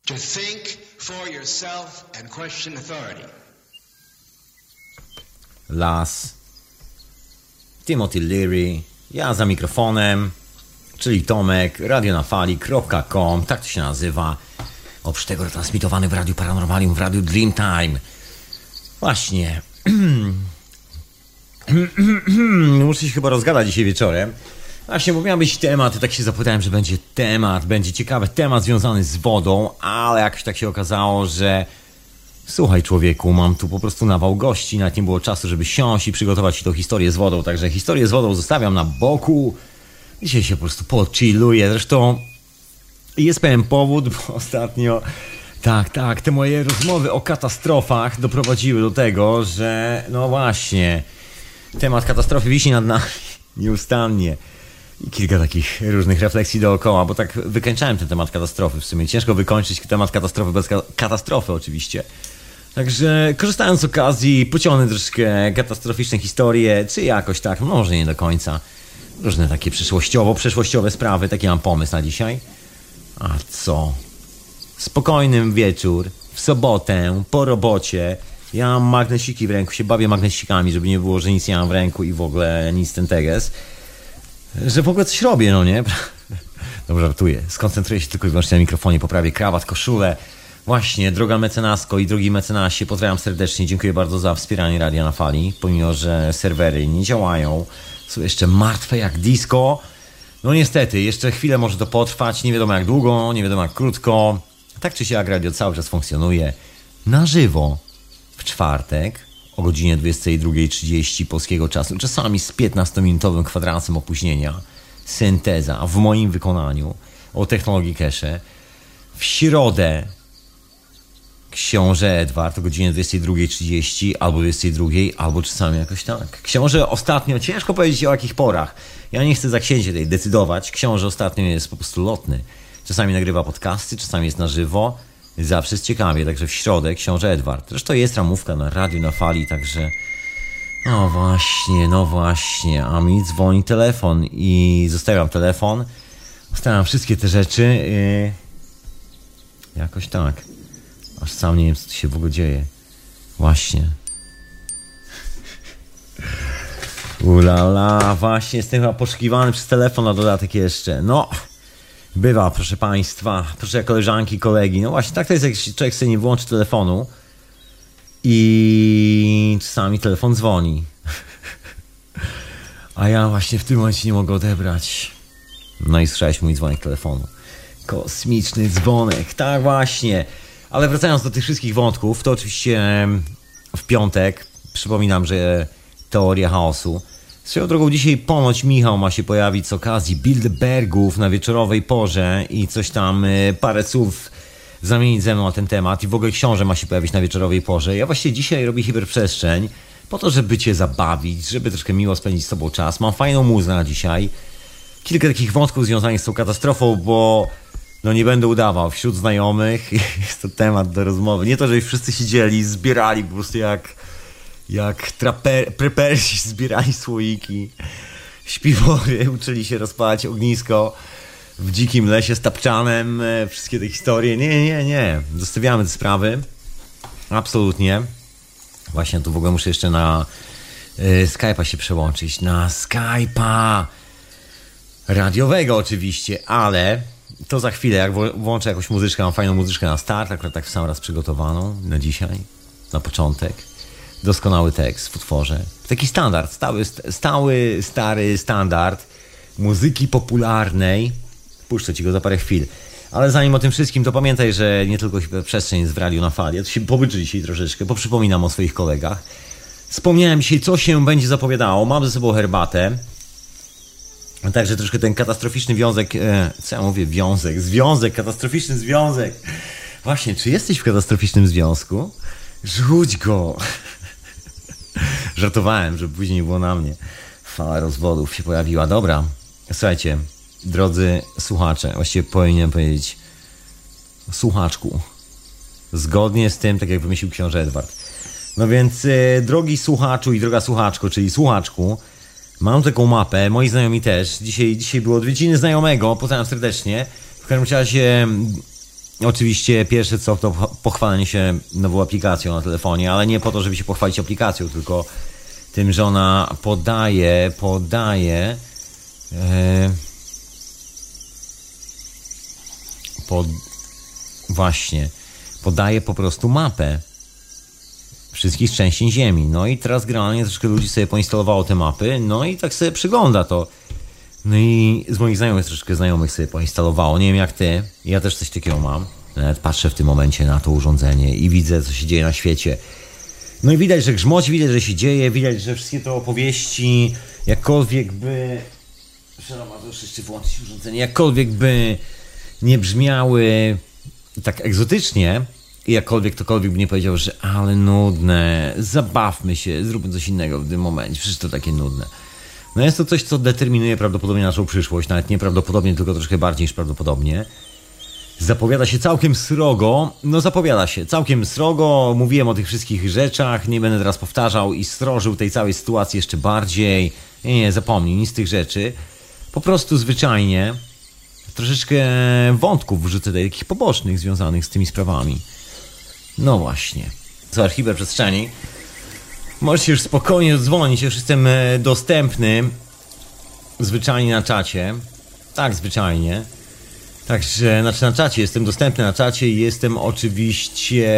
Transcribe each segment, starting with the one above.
To think for yourself and question authority. Las, Timothy Leary, ja za mikrofonem, czyli Tomek, radionafali.com, tak to się nazywa. Oprócz tego transmitowany w Radiu Paranormalium, w Radiu Dreamtime. Właśnie. Muszę się chyba rozgadać dzisiaj wieczorem. Właśnie, bo miał być temat i tak się zapytałem, że będzie temat, będzie ciekawy temat związany z wodą, ale jakoś tak się okazało, że słuchaj człowieku, mam tu po prostu nawał gości, nawet nie było czasu, żeby siąść i przygotować tą historię z wodą, także historię z wodą zostawiam na boku. Dzisiaj się po prostu pochilluję, zresztą jest pewien powód, bo ostatnio tak, te moje rozmowy o katastrofach doprowadziły do tego, że no właśnie, temat katastrofy wisi nad nami nieustannie. I kilka takich różnych refleksji dookoła, bo tak wykończałem ten temat katastrofy w sumie. Ciężko wykończyć temat katastrofy bez katastrofy oczywiście. Także korzystając z okazji, pociągnę troszkę katastroficzne historie, czy jakoś tak, może nie do końca. Różne takie przeszłościowe sprawy, taki mam pomysł na dzisiaj. A co? Spokojnym wieczór, w sobotę, po robocie. Ja mam magnesiki w ręku, się bawię magnesikami, żeby nie było, że nic nie mam w ręku i w ogóle nic ten teges. Że w ogóle coś robię, no nie? Dobrze, żartuję. Skoncentruję się tylko i wyłącznie na mikrofonie, poprawię krawat, koszulę. Właśnie, droga mecenasko i drogi mecenasie, pozdrawiam serdecznie. Dziękuję bardzo za wspieranie Radia na Fali, pomimo że serwery nie działają. Są jeszcze martwe jak disco. No niestety, jeszcze chwilę może to potrwać. Nie wiadomo jak długo, nie wiadomo jak krótko. Tak czy siak radio cały czas funkcjonuje. Na żywo. W czwartek o godzinie 22:30 polskiego czasu, czasami z 15-minutowym kwadransem opóźnienia. Synteza w moim wykonaniu o technologii cache. W środę Książę Edward o godzinie 22:30 albo 22:00, albo czasami jakoś tak. Książę ostatnio, ciężko powiedzieć o jakich porach. Ja nie chcę za księcie tej decydować. Książę ostatnio jest po prostu lotny. Czasami nagrywa podcasty, czasami jest na żywo. Zawsze jest ciekawie, także w środę Książę Edward. Zresztą jest ramówka na Radiu na Fali, także no właśnie, a mi dzwoni telefon i zostawiam telefon. Zostawiam wszystkie te rzeczy. Jakoś tak. Aż sam nie wiem, co tu się w ogóle dzieje. Właśnie. Ulala, właśnie, jestem chyba poszukiwany przez telefon na dodatek jeszcze. No, bywa, proszę państwa, proszę koleżanki, kolegi. No właśnie, tak to jest, jak człowiek sobie nie włączy telefonu i czasami telefon dzwoni. A ja właśnie w tym momencie nie mogę odebrać. No i słyszałeś mój dzwonek telefonu. Kosmiczny dzwonek, tak właśnie. Ale wracając do tych wszystkich wątków, to oczywiście w piątek, przypominam, że teoria chaosu. Swoją drogą dzisiaj ponoć Michał ma się pojawić z okazji Bilderbergów na wieczorowej porze i coś tam, parę słów zamienić ze mną na ten temat i w ogóle książę ma się pojawić na wieczorowej porze. Ja właśnie dzisiaj robię hiperprzestrzeń po to, żeby cię zabawić, żeby troszkę miło spędzić z tobą czas. Mam fajną muzę na dzisiaj. Kilka takich wątków związanych z tą katastrofą, bo no nie będę udawał, wśród znajomych jest to temat do rozmowy. Nie to, że wszyscy siedzieli, zbierali po prostu jak prepersi zbierali słoiki, śpiwory, uczyli się rozpalać ognisko w dzikim lesie z tapczanem, wszystkie te historie. Nie. Zostawiamy te sprawy. Absolutnie. Właśnie tu w ogóle muszę jeszcze na Skype'a się przełączyć. Na Skype'a radiowego oczywiście, ale to za chwilę, jak włączę jakąś muzyczkę, mam fajną muzyczkę na start, akurat tak w sam raz przygotowaną na dzisiaj, na początek. Doskonały tekst w utworze. Taki standard, stary standard muzyki popularnej. Puszczę ci go za parę chwil. Ale zanim o tym wszystkim, to pamiętaj, że nie tylko przestrzeń jest w Radiu na Fali. Ja to się pobyczę dzisiaj troszeczkę, poprzypominam o swoich kolegach. Wspomniałem dzisiaj, co się będzie zapowiadało. Mam ze sobą herbatę. Także troszkę ten katastroficzny wiązek... co ja mówię? Związek, katastroficzny związek. Właśnie, czy jesteś w katastroficznym związku? Rzuć go! Żartowałem, żeby później nie było na mnie. Fala rozwodów się pojawiła. Dobra, słuchajcie, drodzy słuchacze, właściwie powinienem powiedzieć słuchaczku. Zgodnie z tym, tak jak wymyślił książę Edward. No więc, drogi słuchaczu i droga słuchaczko, czyli słuchaczku, mam taką mapę, moi znajomi też. Dzisiaj było odwiedziny znajomego, pozdrawiam serdecznie. W każdym razie Oczywiście pierwsze co to pochwalenie się nową aplikacją na telefonie, ale nie po to, żeby się pochwalić aplikacją, tylko tym, że ona podaje po prostu mapę wszystkich części Ziemi. No i teraz generalnie troszkę ludzi sobie poinstalowało te mapy, no i tak sobie przygląda to. No i z moich troszkę znajomych sobie poinstalowało. Nie wiem jak ty, ja też coś takiego mam. Nawet patrzę w tym momencie na to urządzenie i widzę, co się dzieje na świecie. No i widać, że grzmoci, widać, że się dzieje, widać, że wszystkie te opowieści, jakkolwiek by... Przepraszam, to jeszcze włączyć urządzenie. Jakkolwiek by nie brzmiały tak egzotycznie, i jakkolwiek ktokolwiek by nie powiedział, że ale nudne, zabawmy się, zróbmy coś innego w tym momencie, przecież to takie nudne. No jest to coś, co determinuje prawdopodobnie naszą przyszłość, nawet nieprawdopodobnie, tylko troszkę bardziej niż prawdopodobnie. Zapowiada się całkiem srogo, mówiłem o tych wszystkich rzeczach, nie będę teraz powtarzał i strożył tej całej sytuacji jeszcze bardziej. Nie, zapomnij, nic z tych rzeczy. Po prostu zwyczajnie troszeczkę wątków wrzucę tutaj, takich pobocznych, związanych z tymi sprawami. No właśnie. Co, hiperprzestrzeni. Możecie już spokojnie dzwonić, już jestem dostępny zwyczajnie na czacie. Tak, zwyczajnie. Także, znaczy na czacie, jestem dostępny na czacie i jestem oczywiście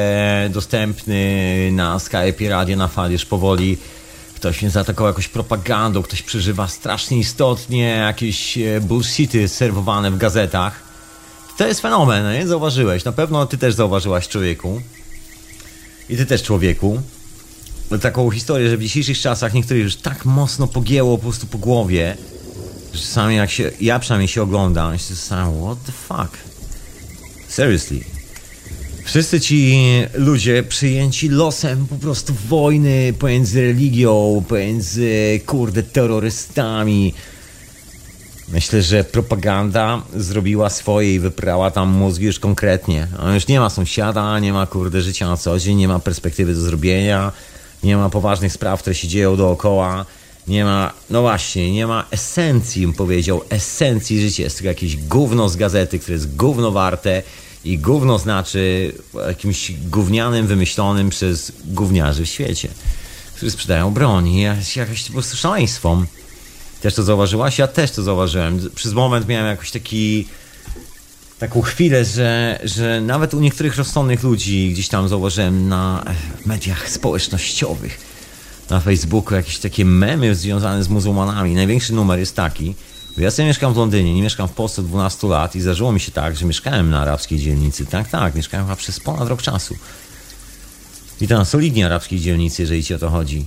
dostępny na Skype, radio, na fali, już powoli. Ktoś mnie zaatakował jakąś propagandą, ktoś przeżywa strasznie istotnie jakieś bullshity serwowane w gazetach. To jest fenomen, nie? Zauważyłeś. Na pewno ty też zauważyłaś, człowieku. I ty też, człowieku. Taką historię, że w dzisiejszych czasach niektórych już tak mocno pogięło po prostu po głowie, że czasami jak się, ja przynajmniej się oglądam i się zastanawiam, what the fuck? Seriously. Wszyscy ci ludzie przyjęci losem po prostu wojny pomiędzy religią, pomiędzy, terrorystami. Myślę, że propaganda zrobiła swoje i wyprała tam mózgi już konkretnie. On już nie ma sąsiada, nie ma życia na co dzień, nie ma perspektywy do zrobienia, nie ma poważnych spraw, które się dzieją dookoła, nie ma, no właśnie, nie ma esencji, bym powiedział, esencji życia. Jest tylko jakieś gówno z gazety, które jest gówno warte i gówno znaczy jakimś gównianym, wymyślonym przez gówniarzy w świecie, którzy sprzedają broń i jakaś po prostu szaleństwom. Też to zauważyłaś? Ja też to zauważyłem. Przez moment miałem jakoś taką chwilę, że nawet u niektórych rozsądnych ludzi gdzieś tam zauważyłem na mediach społecznościowych, na Facebooku jakieś takie memy związane z muzułmanami. Największy numer jest taki, bo ja sobie mieszkam w Londynie, nie mieszkam w Polsce od 12 lat i zdarzyło mi się tak, że mieszkałem na arabskiej dzielnicy. Tak, mieszkałem chyba przez ponad rok czasu. I to na solidnie arabskiej dzielnicy, jeżeli ci o to chodzi.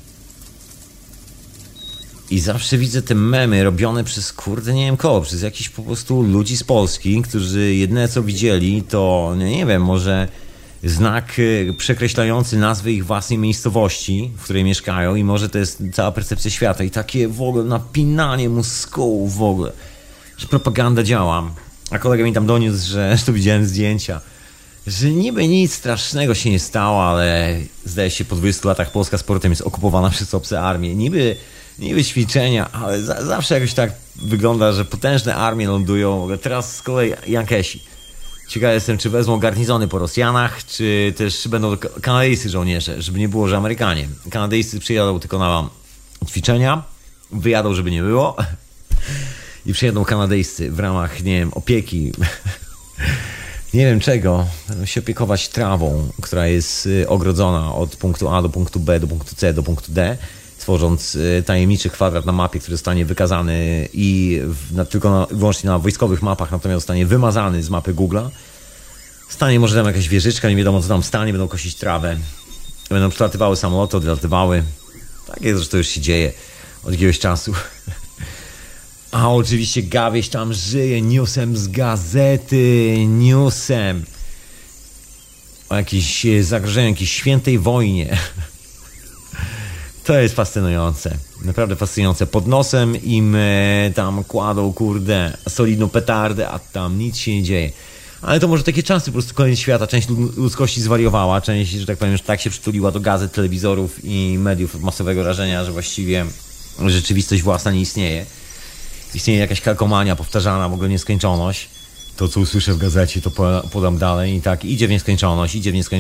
I zawsze widzę te memy robione przez nie wiem kogo, przez jakichś po prostu ludzi z Polski, którzy jedyne co widzieli to, nie wiem, może znak przekreślający nazwę ich własnej miejscowości, w której mieszkają i może to jest cała percepcja świata i takie w ogóle napinanie mózgu w ogóle, że propaganda działa. A kolega mi tam doniósł, że tu widziałem zdjęcia, że niby nic strasznego się nie stało, ale zdaje się po 20 latach Polska sportem jest okupowana przez obce armie. Niby ćwiczenia, ale zawsze jakoś tak wygląda, że potężne armie lądują. Teraz z kolei Jankesi. Ciekawy jestem, czy wezmą garnizony po Rosjanach, czy też będą kanadyjscy żołnierze, żeby nie było, że Amerykanie. Kanadyjscy przyjadą tylko na ćwiczenia, wyjadą, żeby nie było i przyjadą kanadyjscy w ramach, nie wiem, opieki, nie wiem czego, będą się opiekować trawą, która jest ogrodzona od punktu A do punktu B, do punktu C, do punktu D, tworząc tajemniczy kwadrat na mapie, który zostanie wykazany i wyłącznie na wojskowych mapach, natomiast zostanie wymazany z mapy Google'a. Stanie może tam jakaś wieżyczka, nie wiadomo co tam stanie, będą kosić trawę, będą przelatywały samoloty, odlatywały. Takie zresztą już się dzieje od jakiegoś czasu. A oczywiście Gawieś tam żyje newsem z gazety, newsem o jakiejś zagrożeniu, jakiejś świętej wojnie. To jest fascynujące, naprawdę fascynujące. Pod nosem im tam kładą, solidną petardę, a tam nic się nie dzieje. Ale to może takie czasy, po prostu koniec świata, część ludzkości zwariowała, część, że tak powiem, już tak się przytuliła do gazet, telewizorów i mediów masowego rażenia, że właściwie rzeczywistość własna nie istnieje. Istnieje jakaś kalkomania powtarzana w ogóle nieskończoność. To, co usłyszę w gazecie, to podam dalej i tak idzie w nieskończoność,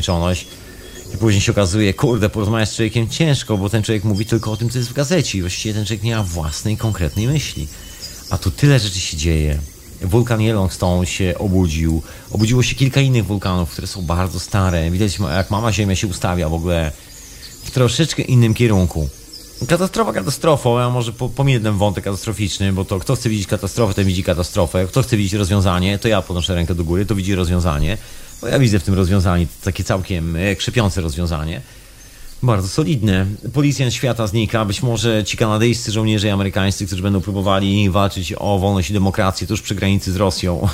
i później się okazuje, kurde, porozmawiać z człowiekiem ciężko, bo ten człowiek mówi tylko o tym, co jest w gazecie i właściwie ten człowiek nie ma własnej, konkretnej myśli. A tu tyle rzeczy się dzieje. Wulkan Yellowstone się obudził. Obudziło się kilka innych wulkanów, które są bardzo stare. Widać, jak mama Ziemia się ustawia w ogóle w troszeczkę innym kierunku. Katastrofa katastrofą, ja może pominę ten wątek katastroficzny, bo to kto chce widzieć katastrofę, ten widzi katastrofę. Kto chce widzieć rozwiązanie, to ja podnoszę rękę do góry, to widzi rozwiązanie. Bo ja widzę w tym rozwiązaniu takie całkiem krzepiące rozwiązanie. Bardzo solidne. Policjant świata znika. Być może ci kanadyjscy żołnierze amerykańscy, którzy będą próbowali walczyć o wolność i demokrację tuż przy granicy z Rosją.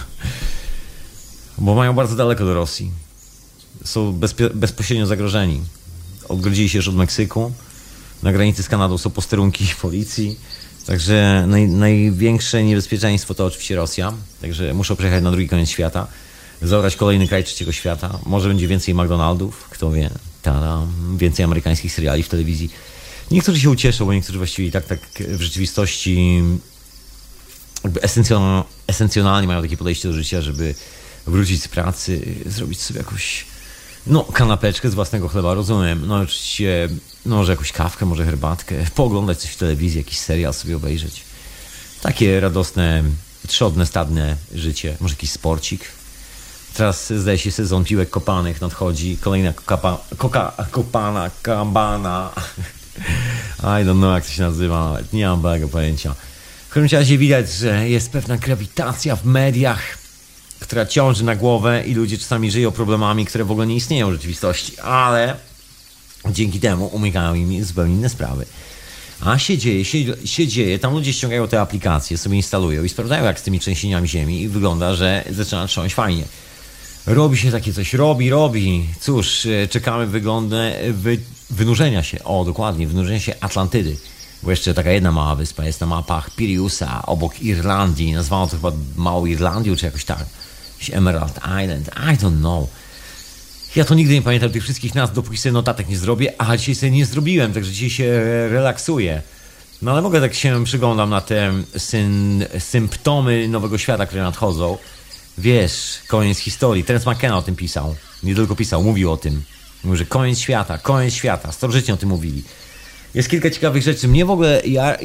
Bo mają bardzo daleko do Rosji. Są bezpośrednio zagrożeni. Odgrodzili się już od Meksyku. Na granicy z Kanadą są posterunki policji. Także największe niebezpieczeństwo to oczywiście Rosja. Także muszą przejechać na drugi koniec świata. Zaorać kolejny kraj trzeciego świata. Może będzie więcej McDonaldów, kto wie. Więcej amerykańskich seriali w telewizji. Niektórzy się ucieszą, bo niektórzy właściwie i tak w rzeczywistości jakby esencjonalnie mają takie podejście do życia, żeby wrócić z pracy, zrobić sobie jakąś kanapeczkę z własnego chleba, rozumiem. No oczywiście, może jakąś kawkę, może herbatkę, pooglądać coś w telewizji, jakiś serial sobie obejrzeć. Takie radosne, trzodne, stadne życie. Może jakiś sporcik. Teraz zdaje się sezon piłek kopanych nadchodzi. Kolejna kopana, kabana. I don't know jak to się nazywa nawet. Nie mam błędnego pojęcia. W każdym razie widać, że jest pewna grawitacja w mediach, która ciąży na głowę i ludzie czasami żyją problemami, które w ogóle nie istnieją w rzeczywistości. Ale dzięki temu umykają im zupełnie inne sprawy. A się dzieje, tam ludzie ściągają te aplikacje, sobie instalują i sprawdzają jak z tymi trzęsieniami ziemi i wygląda, że zaczyna trząść fajnie. Robi się takie coś, robi. Cóż, czekamy wynurzenia się, dokładnie, wynurzenia się Atlantydy. Bo jeszcze taka jedna mała wyspa jest na mapach Piriusa, obok Irlandii. Nazwano to chyba Małą Irlandią, czy jakoś tak. Jakiś Emerald Island, I don't know. Ja to nigdy nie pamiętam tych wszystkich nazw, dopóki sobie notatek nie zrobię, a dzisiaj sobie nie zrobiłem, także dzisiaj się relaksuję. No ale mogę tak się przyglądam na te symptomy nowego świata, które nadchodzą. Wiesz, koniec historii. Terence McKenna o tym pisał. Nie tylko pisał, mówił o tym. Mówił, że koniec świata. Starożytni o tym mówili. Jest kilka ciekawych rzeczy. Mnie w ogóle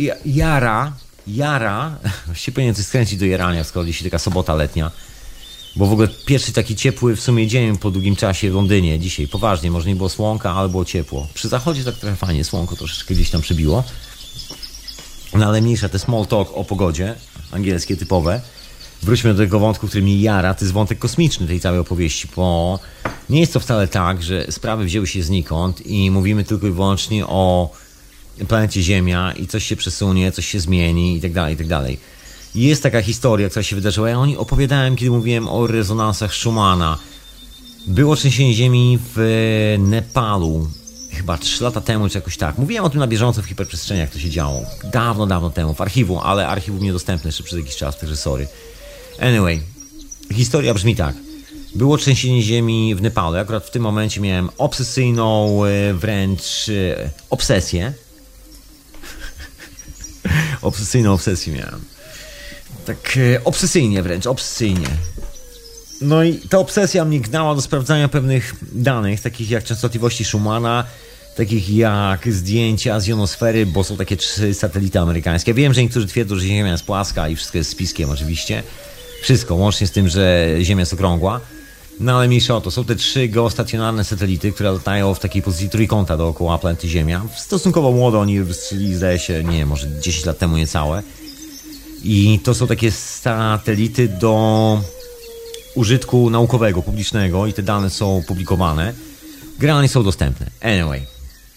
jara, właściwie powinien coś skręcić do jarania, skoro dzisiaj taka sobota letnia. Bo w ogóle pierwszy taki ciepły w sumie dzień po długim czasie w Londynie dzisiaj. Poważnie, może nie było słonka, ale było ciepło. Przy zachodzie tak trochę fajnie, słonko troszeczkę gdzieś tam przybiło. No ale mniejsza, te small talk o pogodzie, angielskie typowe. Wróćmy do tego wątku, który mnie jara. To jest wątek kosmiczny tej całej opowieści, bo nie jest to wcale tak, że sprawy wzięły się znikąd i mówimy tylko i wyłącznie o planecie Ziemia i coś się przesunie, coś się zmieni i tak dalej. Jest taka historia, która się wydarzyła. Ja o niej opowiadałem, kiedy mówiłem o rezonansach Schumana. Było trzęsienie ziemi w Nepalu chyba 3 lata temu, czy jakoś tak. Mówiłem o tym na bieżąco w hiperprzestrzeniach, to się działo. Dawno temu, w archiwum, ale archiwum niedostępne jeszcze przez jakiś czas, także sorry. Anyway, historia brzmi tak. Było trzęsienie ziemi w Nepalu. Akurat w tym momencie miałem obsesyjną wręcz obsesję. Obsesyjną obsesję miałem. Tak obsesyjnie. No i ta obsesja mnie gnała do sprawdzania pewnych danych, takich jak częstotliwości Schumana, takich jak zdjęcia z jonosfery, bo są takie 3 satelity amerykańskie. Wiem, że niektórzy twierdzą, że Ziemia jest płaska i wszystko jest spiskiem oczywiście. Wszystko, łącznie z tym, że Ziemia jest okrągła. No ale mniejsza o to, są te 3 geostacjonarne satelity, które latają w takiej pozycji trójkąta dookoła planety Ziemia. Stosunkowo młodo oni wystrzelili, zdaje się, może 10 lat temu niecałe. I to są takie satelity do użytku naukowego, publicznego i te dane są publikowane. Generalnie są dostępne. Anyway.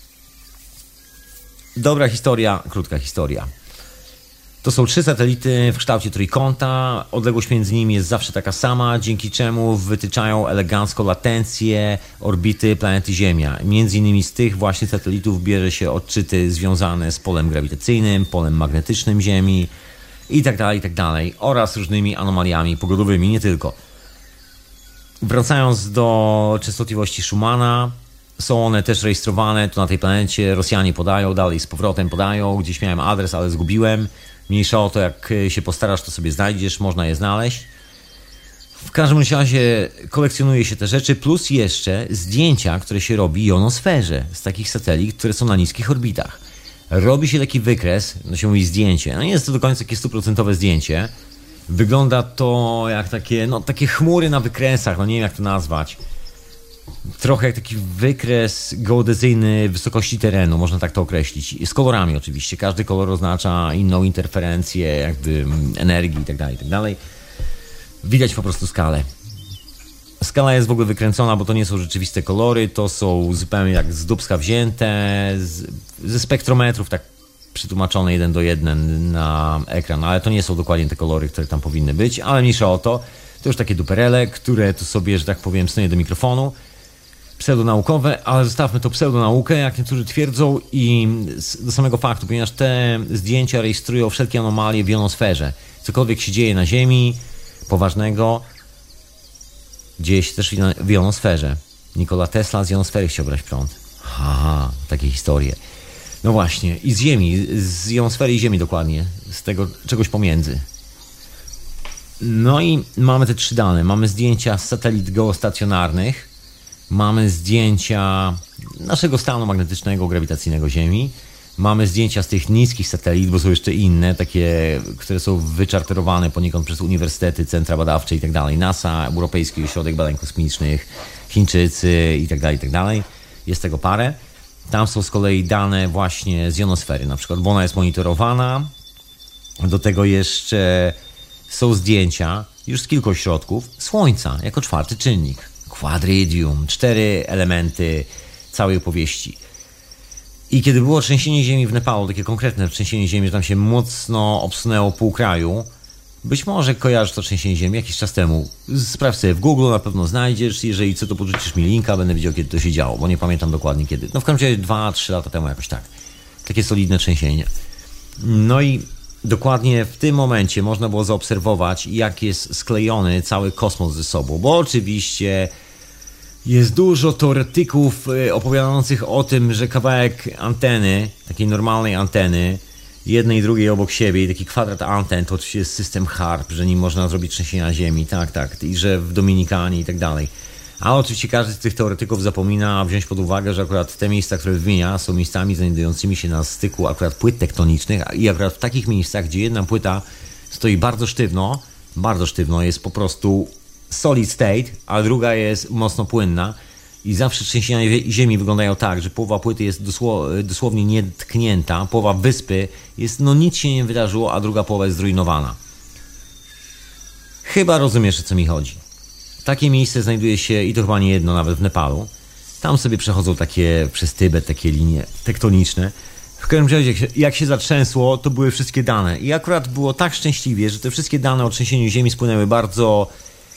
Dobra historia, krótka historia. To są 3 satelity w kształcie trójkąta. Odległość między nimi jest zawsze taka sama, dzięki czemu wytyczają elegancko latencję orbity planety Ziemia. Między innymi z tych właśnie satelitów bierze się odczyty związane z polem grawitacyjnym, polem magnetycznym Ziemi i tak dalej, oraz różnymi anomaliami pogodowymi, nie tylko. Wracając do częstotliwości Schumana, są one też rejestrowane tu na tej planecie. Rosjanie podają, dalej z powrotem podają. Gdzieś miałem adres, ale zgubiłem. Mniejsza o to, jak się postarasz, to sobie znajdziesz, można je znaleźć. W każdym razie kolekcjonuje się te rzeczy, plus jeszcze zdjęcia, które się robi ionosferze z takich satelit, które są na niskich orbitach. Robi się taki wykres, no się mówi zdjęcie. No nie jest to do końca takie 100% zdjęcie. Wygląda to jak takie chmury na wykresach, no nie wiem jak to nazwać. Trochę jak taki wykres geodezyjny wysokości terenu, można tak to określić. Z kolorami oczywiście. Każdy kolor oznacza inną interferencję, jakby energii itd., itd. Widać po prostu skalę. Skala jest w ogóle wykręcona, bo to nie są rzeczywiste kolory, to są zupełnie jak z dupska wzięte, ze spektrometrów, tak przetłumaczone 1:1 na ekran, ale to nie są dokładnie te kolory, które tam powinny być, ale mniejsza o to. To już takie duperele, które tu sobie, że tak powiem, stoję do mikrofonu. Pseudonaukowe, ale zostawmy to pseudonaukę, jak niektórzy twierdzą, i do samego faktu, ponieważ te zdjęcia rejestrują wszelkie anomalie w jonosferze. Cokolwiek się dzieje na Ziemi poważnego, dzieje się też w jonosferze. Nikola Tesla z jonosfery chciał brać prąd. Haha, takie historie. No właśnie, i z Ziemi, z jonosfery i Ziemi dokładnie, z tego czegoś pomiędzy. No i mamy te 3 dane. Mamy zdjęcia z satelit geostacjonarnych, mamy zdjęcia naszego stanu magnetycznego, grawitacyjnego Ziemi, mamy zdjęcia z tych niskich satelit, bo są jeszcze inne, takie, które są wyczarterowane poniekąd przez uniwersytety, centra badawcze i tak dalej. NASA, Europejski Ośrodek Badań Kosmicznych, Chińczycy i tak dalej. Jest tego parę. Tam są z kolei dane właśnie z jonosfery na przykład, bo ona jest monitorowana. Do tego jeszcze są zdjęcia już z kilku ośrodków Słońca jako 4. czynnik. Quadridium, 4 elementy całej opowieści. I kiedy było trzęsienie ziemi w Nepalu, takie konkretne trzęsienie ziemi, że tam się mocno obsunęło pół kraju, być może kojarzysz to trzęsienie ziemi jakiś czas temu. Sprawdź sobie w Google, na pewno znajdziesz. Jeżeli co, to podrzucisz mi linka, będę wiedział, kiedy to się działo, bo nie pamiętam dokładnie kiedy. No w każdym razie 2-3 lata temu jakoś tak. Takie solidne trzęsienie. No i dokładnie w tym momencie można było zaobserwować, jak jest sklejony cały kosmos ze sobą, bo oczywiście jest dużo teoretyków opowiadających o tym, że kawałek anteny, takiej normalnej anteny, jednej i drugiej obok siebie, i taki kwadrat anten, to oczywiście jest system HARP, że nim można zrobić trzęsienia ziemi, tak, i że w Dominikanie i tak dalej. A oczywiście każdy z tych teoretyków zapomina wziąć pod uwagę, że akurat te miejsca, które wymienia, są miejscami znajdującymi się na styku akurat płyt tektonicznych, i akurat w takich miejscach, gdzie jedna płyta stoi bardzo sztywno, jest po prostu solid state, a druga jest mocno płynna, i zawsze trzęsienia ziemi wyglądają tak, że połowa płyty jest dosłownie nietknięta, połowa wyspy jest, no nic się nie wydarzyło, a druga połowa jest zrujnowana. Chyba rozumiesz, o co mi chodzi. Takie miejsce znajduje się, i to chyba nie jedno, nawet w Nepalu. Tam sobie przechodzą takie przez Tybet, takie linie tektoniczne. W każdym razie, jak się zatrzęsło, to były wszystkie dane. I akurat było tak szczęśliwie, że te wszystkie dane o trzęsieniu ziemi spłynęły bardzo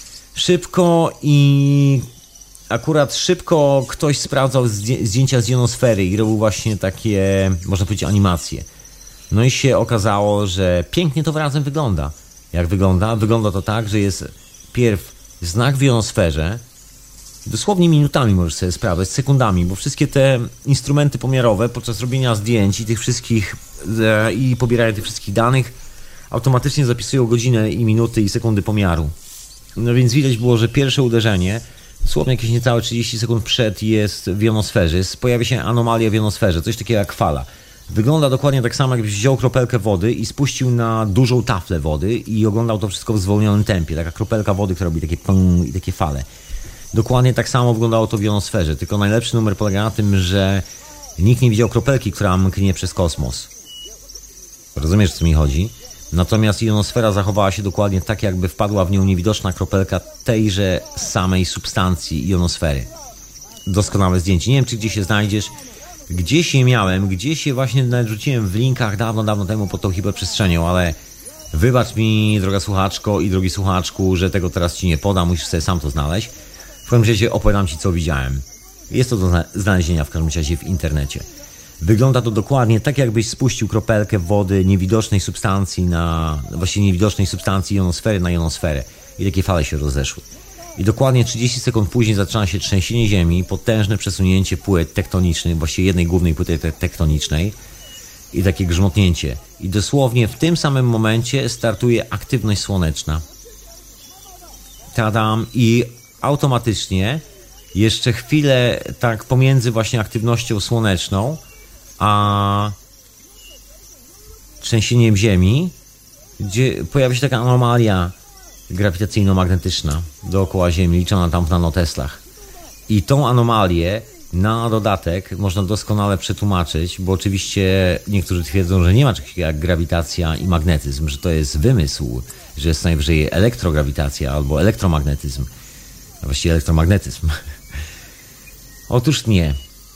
szybko, i akurat szybko ktoś sprawdzał zdjęcia z jonosfery i robił właśnie takie, można powiedzieć, animacje. No i się okazało, że pięknie to razem wygląda. Jak wygląda? Wygląda to tak, że jest pierw znak w jonosferze, dosłownie minutami możesz sobie sprawdzać, sekundami, bo wszystkie te instrumenty pomiarowe podczas robienia zdjęć i tych wszystkich i pobierania tych wszystkich danych automatycznie zapisują godzinę i minuty i sekundy pomiaru. No więc widać było, że pierwsze uderzenie, dosłownie jakieś niecałe 30 sekund przed, jest w jonosferze. Pojawia się anomalia w jonosferze, coś takiego jak fala. Wygląda dokładnie tak samo, jakbyś wziął kropelkę wody i spuścił na dużą taflę wody i oglądał to wszystko w zwolnionym tempie. Taka kropelka wody, która robi takie pum i takie fale. Dokładnie tak samo wyglądało to w jonosferze, tylko najlepszy numer polega na tym, że nikt nie widział kropelki, która mknie przez kosmos. Rozumiesz, o co mi chodzi? Natomiast jonosfera zachowała się dokładnie tak, jakby wpadła w nią niewidoczna kropelka tejże samej substancji jonosfery. Doskonałe zdjęcie. Nie wiem, czy gdzieś się znajdziesz. Gdzieś je miałem, gdzieś je właśnie nawet rzuciłem w linkach dawno temu pod tą hiperprzestrzenią, ale wybacz mi, droga słuchaczko i drogi słuchaczku, że tego teraz ci nie podam, musisz sobie sam to znaleźć. W każdym razie opowiadam ci, co widziałem. Jest to do znalezienia w każdym razie w internecie. Wygląda to dokładnie tak, jakbyś spuścił kropelkę wody niewidocznej substancji właściwie niewidocznej substancji jonosfery na jonosferę i takie fale się rozeszły. I dokładnie 30 sekund później zaczyna się trzęsienie ziemi, potężne przesunięcie płyt tektonicznych, właściwie jednej głównej płyty tektonicznej i takie grzmotnięcie. I dosłownie w tym samym momencie startuje aktywność słoneczna. Tadam, i automatycznie jeszcze chwilę tak pomiędzy właśnie aktywnością słoneczną a trzęsieniem Ziemi, gdzie pojawia się taka anomalia grawitacyjno-magnetyczna dookoła Ziemi, liczona tam w nanoteslach. I tą anomalię na dodatek można doskonale przetłumaczyć, bo oczywiście niektórzy twierdzą, że nie ma czegoś jak grawitacja i magnetyzm, że to jest wymysł, że jest najwyżej elektrograwitacja albo elektromagnetyzm, a właściwie elektromagnetyzm. Otóż nie.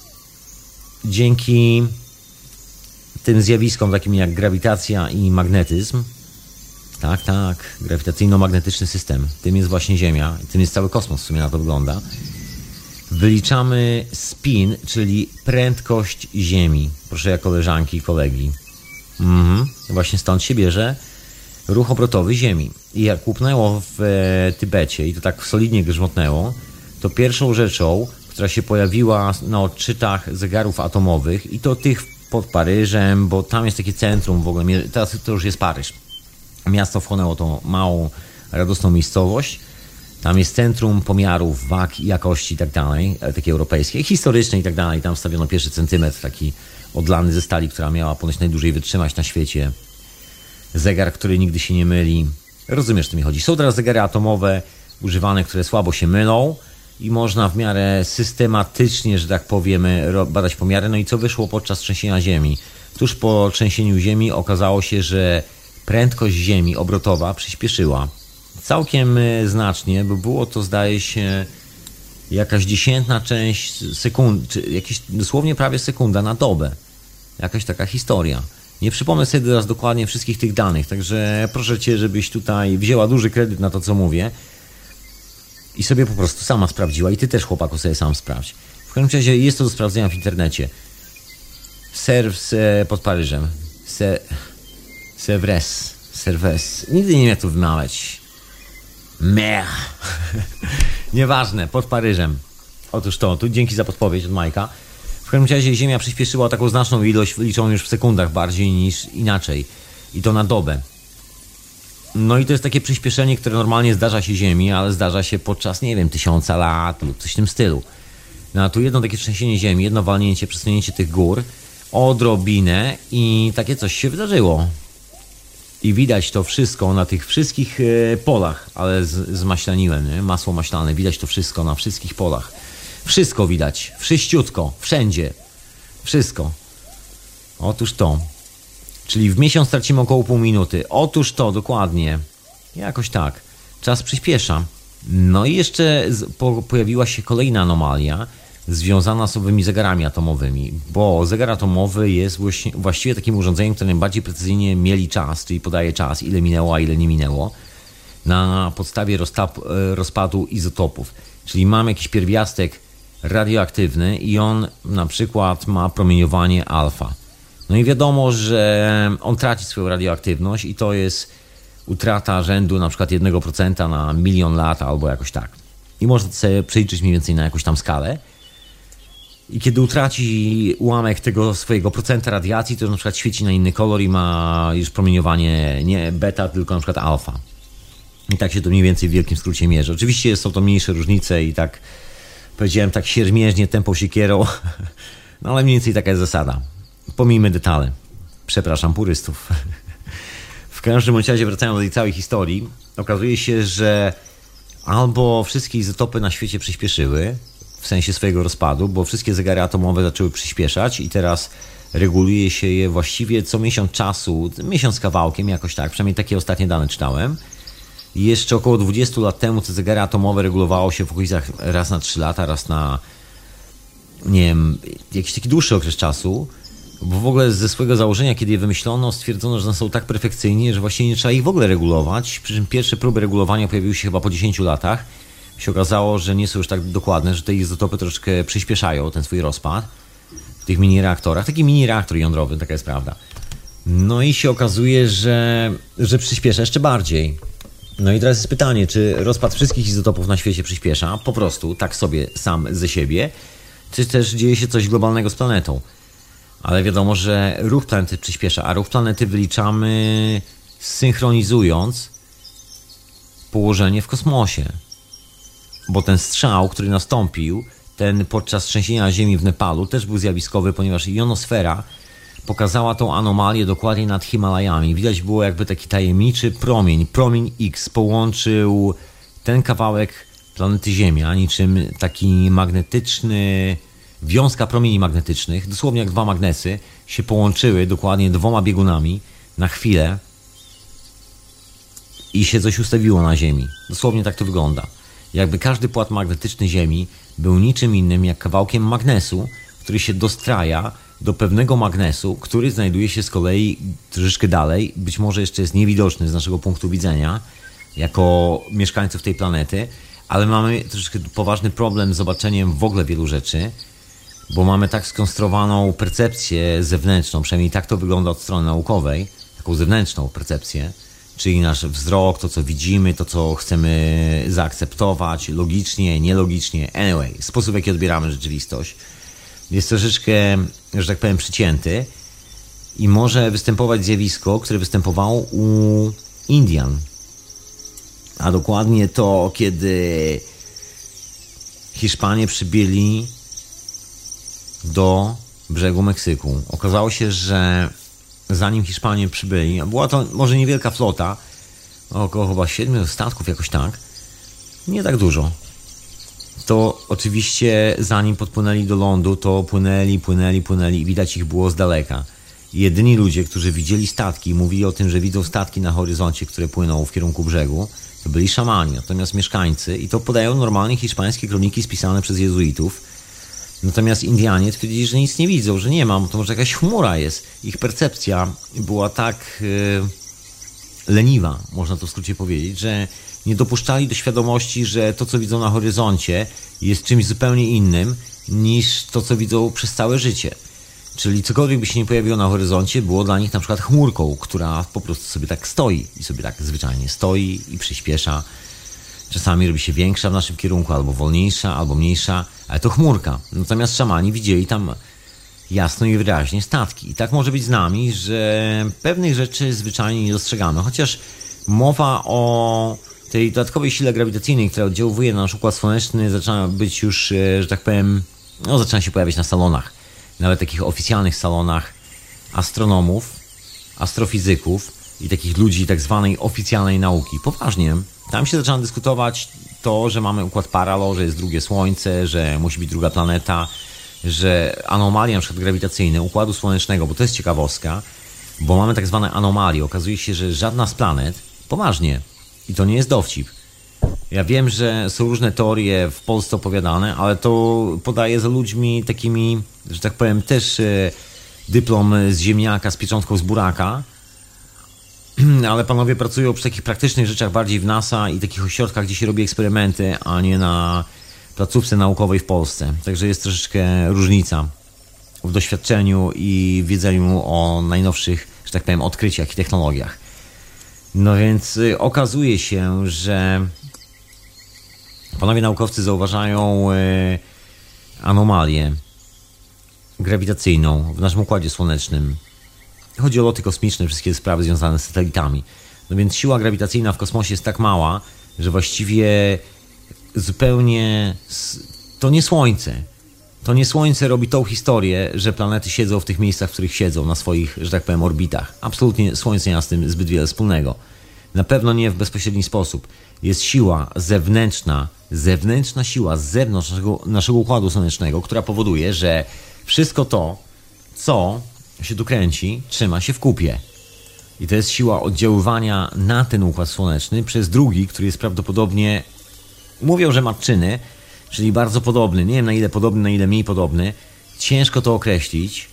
Dzięki tym zjawiskom takim jak grawitacja i magnetyzm, tak, grawitacyjno-magnetyczny system, tym jest właśnie Ziemia, tym jest cały kosmos, w sumie na to wygląda. Wyliczamy spin, czyli prędkość Ziemi. Proszę ja, koleżanki i kolegi. Właśnie stąd się bierze ruch obrotowy Ziemi. I jak łupnęło w Tybecie i to tak solidnie grzmotnęło, to pierwszą rzeczą, która się pojawiła na odczytach zegarów atomowych, i to tych pod Paryżem, bo tam jest takie centrum w ogóle, teraz to już jest Paryż. Miasto wchłonęło tą małą, radosną miejscowość. Tam jest centrum pomiarów wag i jakości i tak dalej, takie europejskie, historyczne i tak dalej. Tam wstawiono pierwszy centymetr, taki odlany ze stali, która miała ponoć najdłużej wytrzymać na świecie. Zegar, który nigdy się nie myli. Rozumiesz, o co mi chodzi. Są teraz zegary atomowe używane, które słabo się mylą i można w miarę systematycznie, że tak powiemy, badać pomiary. No i co wyszło podczas trzęsienia Ziemi? Tuż po trzęsieniu Ziemi okazało się, że prędkość Ziemi obrotowa przyspieszyła. Całkiem znacznie, bo było to, zdaje się, jakaś dziesiętna część sekundy, czy jakieś dosłownie prawie sekunda na dobę. Jakaś taka historia. Nie przypomnę sobie teraz dokładnie wszystkich tych danych, także proszę Cię, żebyś tutaj wzięła duży kredyt na to, co mówię i sobie po prostu sama sprawdziła. I Ty też, chłopaku, sobie sam sprawdź. W każdym razie jest to do sprawdzenia w internecie. Serwis pod Paryżem. Serwes. Nigdy nie wiem, jak to wymawiać. Nieważne, pod Paryżem. Otóż to, tu dzięki za podpowiedź od Majka. W każdym razie Ziemia przyspieszyła taką znaczną ilość, wyliczoną już w sekundach bardziej niż inaczej. I to na dobę. No i to jest takie przyspieszenie, które normalnie zdarza się Ziemi, ale zdarza się podczas, nie wiem, 1000 lat lub coś w tym stylu. No a tu jedno takie trzęsienie Ziemi, jedno walnięcie, przesunięcie tych gór, odrobinę i takie coś się wydarzyło. I widać to wszystko na tych wszystkich polach, ale zmaślaniłem, nie? Masło maślane, widać to wszystko na wszystkich polach. Wszystko widać, wszyściutko, wszędzie, wszystko. Otóż to. Czyli w miesiąc tracimy około pół minuty. Otóż to, dokładnie. Jakoś tak. Czas przyspiesza. No i jeszcze pojawiła się kolejna anomalia związana z owymi zegarami atomowymi, bo zegar atomowy jest właściwie takim urządzeniem, które najbardziej precyzyjnie mieli czas, czyli podaje czas, ile minęło, a ile nie minęło, na podstawie rozpadu izotopów. Czyli mamy jakiś pierwiastek radioaktywny i on na przykład ma promieniowanie alfa. No i wiadomo, że on traci swoją radioaktywność i to jest utrata rzędu na przykład 1% na 1 000 000 lat albo jakoś tak. I można to sobie przeliczyć mniej więcej na jakąś tam skalę. I kiedy utraci ułamek tego swojego procenta radiacji, to na przykład świeci na inny kolor i ma już promieniowanie nie beta, tylko na przykład alfa. I tak się to mniej więcej w wielkim skrócie mierzy. Oczywiście są to mniejsze różnice i tak powiedziałem tak siermiężnie, tępą siekierą, no ale mniej więcej taka jest zasada. Pomijmy detale. Przepraszam purystów. W każdym razie, wracając do tej całej historii, okazuje się, że albo wszystkie izotopy na świecie przyspieszyły, w sensie swojego rozpadu, bo wszystkie zegary atomowe zaczęły przyspieszać i teraz reguluje się je właściwie co miesiąc czasu, miesiąc z kawałkiem, jakoś tak, przynajmniej takie ostatnie dane czytałem. I jeszcze około 20 lat temu te zegary atomowe regulowało się w okolicach raz na 3 lata, raz na, nie wiem, jakiś taki dłuższy okres czasu, bo w ogóle ze swojego założenia, kiedy je wymyślono, stwierdzono, że one są tak perfekcyjnie, że właściwie nie trzeba ich w ogóle regulować, przy czym pierwsze próby regulowania pojawiły się chyba po 10 latach. Się okazało, że nie są już tak dokładne, że te izotopy troszeczkę przyspieszają ten swój rozpad w tych mini reaktorach. Taki mini reaktor jądrowy, taka jest prawda. No i się okazuje, że przyspiesza jeszcze bardziej. No i teraz jest pytanie, czy rozpad wszystkich izotopów na świecie przyspiesza, po prostu, tak sobie sam ze siebie, czy też dzieje się coś globalnego z planetą. Ale wiadomo, że ruch planety przyspiesza, a ruch planety wyliczamy synchronizując położenie w kosmosie. Bo ten strzał, który nastąpił, ten podczas trzęsienia ziemi w Nepalu, też był zjawiskowy, ponieważ jonosfera pokazała tą anomalię dokładnie nad Himalajami. Widać było jakby taki tajemniczy promień X połączył ten kawałek planety Ziemia, niczym taki magnetyczny, wiązka promieni magnetycznych, dosłownie jak dwa magnesy, się połączyły dokładnie dwoma biegunami na chwilę i się coś ustawiło na Ziemi. Dosłownie tak to wygląda. Jakby każdy płat magnetyczny Ziemi był niczym innym jak kawałkiem magnesu, który się dostraja do pewnego magnesu, który znajduje się z kolei troszeczkę dalej, być może jeszcze jest niewidoczny z naszego punktu widzenia, jako mieszkańców tej planety, ale mamy troszeczkę poważny problem z zobaczeniem w ogóle wielu rzeczy, bo mamy tak skonstruowaną percepcję zewnętrzną, przynajmniej tak to wygląda od strony naukowej, taką zewnętrzną percepcję, czyli nasz wzrok, to co widzimy, to co chcemy zaakceptować, logicznie, nielogicznie, anyway, sposób w jaki odbieramy rzeczywistość jest troszeczkę, że tak powiem, przycięty i może występować zjawisko, które występowało u Indian. A dokładnie to, kiedy Hiszpanie przybyli do brzegu Meksyku. Okazało się, że zanim Hiszpanie przybyli, a była to może niewielka flota, około chyba 7 statków, jakoś tak, nie tak dużo. To oczywiście zanim podpłynęli do lądu, to płynęli i widać ich było z daleka. Jedyni ludzie, którzy widzieli statki, mówili o tym, że widzą statki na horyzoncie, które płyną w kierunku brzegu, to byli szamani, natomiast mieszkańcy, i to podają normalnie hiszpańskie kroniki spisane przez jezuitów, natomiast Indianie twierdzili, że nic nie widzą, że nie ma, bo to może jakaś chmura jest. Ich percepcja była tak leniwa, można to w skrócie powiedzieć, że nie dopuszczali do świadomości, że to, co widzą na horyzoncie, jest czymś zupełnie innym niż to, co widzą przez całe życie. Czyli cokolwiek by się nie pojawiło na horyzoncie, było dla nich na przykład chmurką, która po prostu sobie tak stoi i sobie tak zwyczajnie stoi i przyspiesza. Czasami robi się większa w naszym kierunku, albo wolniejsza, albo mniejsza, ale to chmurka. Natomiast szamani widzieli tam jasno i wyraźnie statki. I tak może być z nami, że pewnych rzeczy zwyczajnie nie dostrzegamy. Chociaż mowa o tej dodatkowej sile grawitacyjnej, która oddziałuje na nasz Układ Słoneczny, zaczyna być już, że tak powiem, zaczyna się pojawiać na salonach. Nawet takich oficjalnych salonach astronomów, astrofizyków i takich ludzi tak zwanej oficjalnej nauki. Poważnie. Tam się zaczyna dyskutować to, że mamy układ paralo, że jest drugie Słońce, że musi być druga planeta, że anomalie na przykład grawitacyjne Układu Słonecznego, bo to jest ciekawostka, bo mamy tak zwane anomalie. Okazuje się, że żadna z planet, poważnie, i to nie jest dowcip. Ja wiem, że są różne teorie w Polsce opowiadane, ale to podaję za ludźmi takimi, że tak powiem, też dyplom z ziemniaka, z pieczątką z buraka, ale panowie pracują przy takich praktycznych rzeczach bardziej w NASA i takich ośrodkach, gdzie się robi eksperymenty, a nie na placówce naukowej w Polsce. Także jest troszeczkę różnica w doświadczeniu i w wiedzeniu o najnowszych, że tak powiem, odkryciach i technologiach. No więc okazuje się, że panowie naukowcy zauważają anomalię grawitacyjną w naszym Układzie Słonecznym. Chodzi o loty kosmiczne, wszystkie sprawy związane z satelitami. No więc siła grawitacyjna w kosmosie jest tak mała, że właściwie zupełnie to nie Słońce. To nie Słońce robi tą historię, że planety siedzą w tych miejscach, w których siedzą, na swoich, że tak powiem, orbitach. Absolutnie Słońce nie ma z tym zbyt wiele wspólnego. Na pewno nie w bezpośredni sposób. Jest siła zewnętrzna siła z zewnątrz naszego Układu Słonecznego, która powoduje, że wszystko to, co się tu kręci, trzyma się w kupie. I to jest siła oddziaływania na ten Układ Słoneczny przez drugi, który jest prawdopodobnie, mówią, że matczyny, czyli bardzo podobny. Nie wiem, na ile podobny, na ile mniej podobny. Ciężko to określić.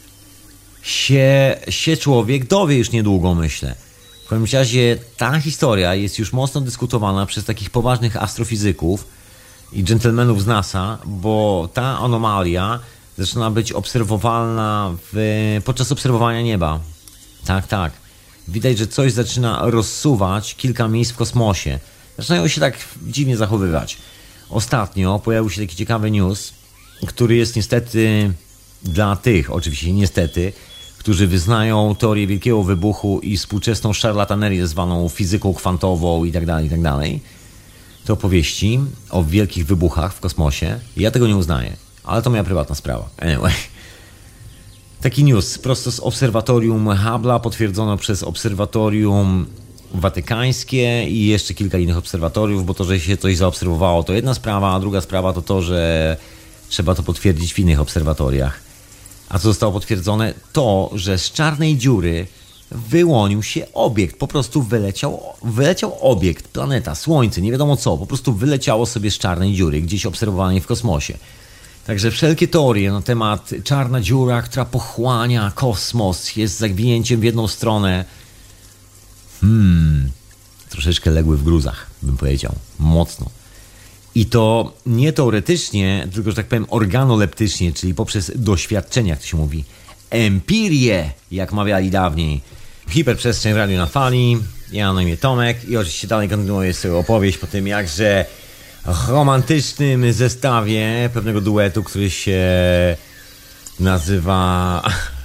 Się człowiek dowie już niedługo, myślę. W każdym razie ta historia jest już mocno dyskutowana przez takich poważnych astrofizyków i dżentelmenów z NASA, bo ta anomalia zaczyna być obserwowalna podczas obserwowania nieba. Tak. Widać, że coś zaczyna rozsuwać kilka miejsc w kosmosie. Zaczynają się tak dziwnie zachowywać. Ostatnio pojawił się taki ciekawy news, który jest niestety dla tych, oczywiście niestety, którzy wyznają teorię wielkiego wybuchu i współczesną szarlatanerię zwaną fizyką kwantową i tak dalej. te opowieści o wielkich wybuchach w kosmosie. Ja tego nie uznaję, ale to moja prywatna sprawa. Anyway. Taki news prosto z obserwatorium Hubble'a, potwierdzono przez obserwatorium watykańskie i jeszcze kilka innych obserwatoriów, bo to, że się coś zaobserwowało, to jedna sprawa, a druga sprawa to to, że trzeba to potwierdzić w innych obserwatoriach. A co zostało potwierdzone? To, że z czarnej dziury wyłonił się obiekt, po prostu wyleciał obiekt, planeta, słońce, nie wiadomo co, po prostu wyleciało sobie z czarnej dziury, gdzieś obserwowanej w kosmosie. Także wszelkie teorie na temat czarna dziura, która pochłania kosmos, jest zagwinięciem w jedną stronę, troszeczkę legły w gruzach, bym powiedział, mocno. I to nie teoretycznie, tylko, że tak powiem, organoleptycznie, czyli poprzez doświadczenia, jak to się mówi, empirię, jak mawiali dawniej. Hiperprzestrzeń Radio na Fali, ja mam na imię Tomek i oczywiście dalej kontynuuję swoją opowieść po tym jakże romantycznym zestawie pewnego duetu, który się nazywa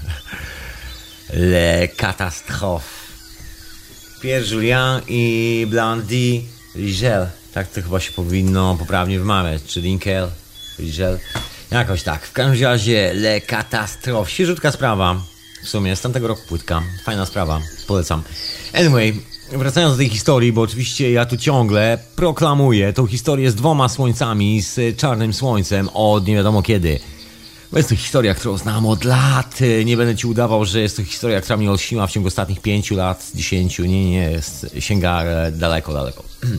Le Catastrophe. Pierre Julien i Blandy Rigel. Tak to chyba się powinno poprawnie wymawiać. Czy Linkel, Rigel. Jakoś tak. W każdym razie Le Catastrophe. Świeżutka sprawa. W sumie z tamtego roku płytka. Fajna sprawa. Polecam. Anyway, wracając do tej historii, bo oczywiście ja tu ciągle proklamuję tą historię z 2 słońcami, z czarnym słońcem od nie wiadomo kiedy. Bo jest to historia, którą znam od lat. Nie będę ci udawał, że jest to historia, która mnie olśniła w ciągu ostatnich 5 lat, 10. Nie, sięga daleko.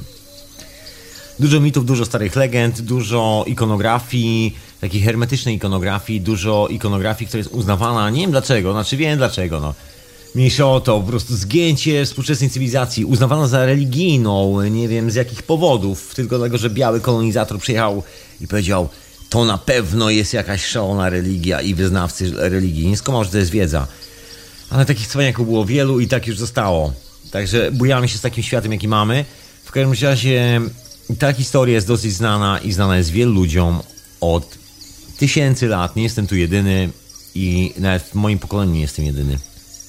Dużo mitów, dużo starych legend, dużo ikonografii, takiej hermetycznej ikonografii, dużo ikonografii, która jest uznawana, nie wiem dlaczego, wiem dlaczego, no. Mniejsza o to, po prostu zgięcie współczesnej cywilizacji, uznawana za religijną, nie wiem z jakich powodów, tylko dlatego, że biały kolonizator przyjechał i powiedział: to na pewno jest jakaś szalona religia i wyznawcy religii. Nie skumał, że to jest wiedza. Ale takich cwaniaków było wielu i tak już zostało. Także bujamy się z takim światem, jaki mamy. W każdym razie ta historia jest dosyć znana i znana jest wielu ludziom od tysięcy lat. Nie jestem tu jedyny i nawet w moim pokoleniu nie jestem jedyny.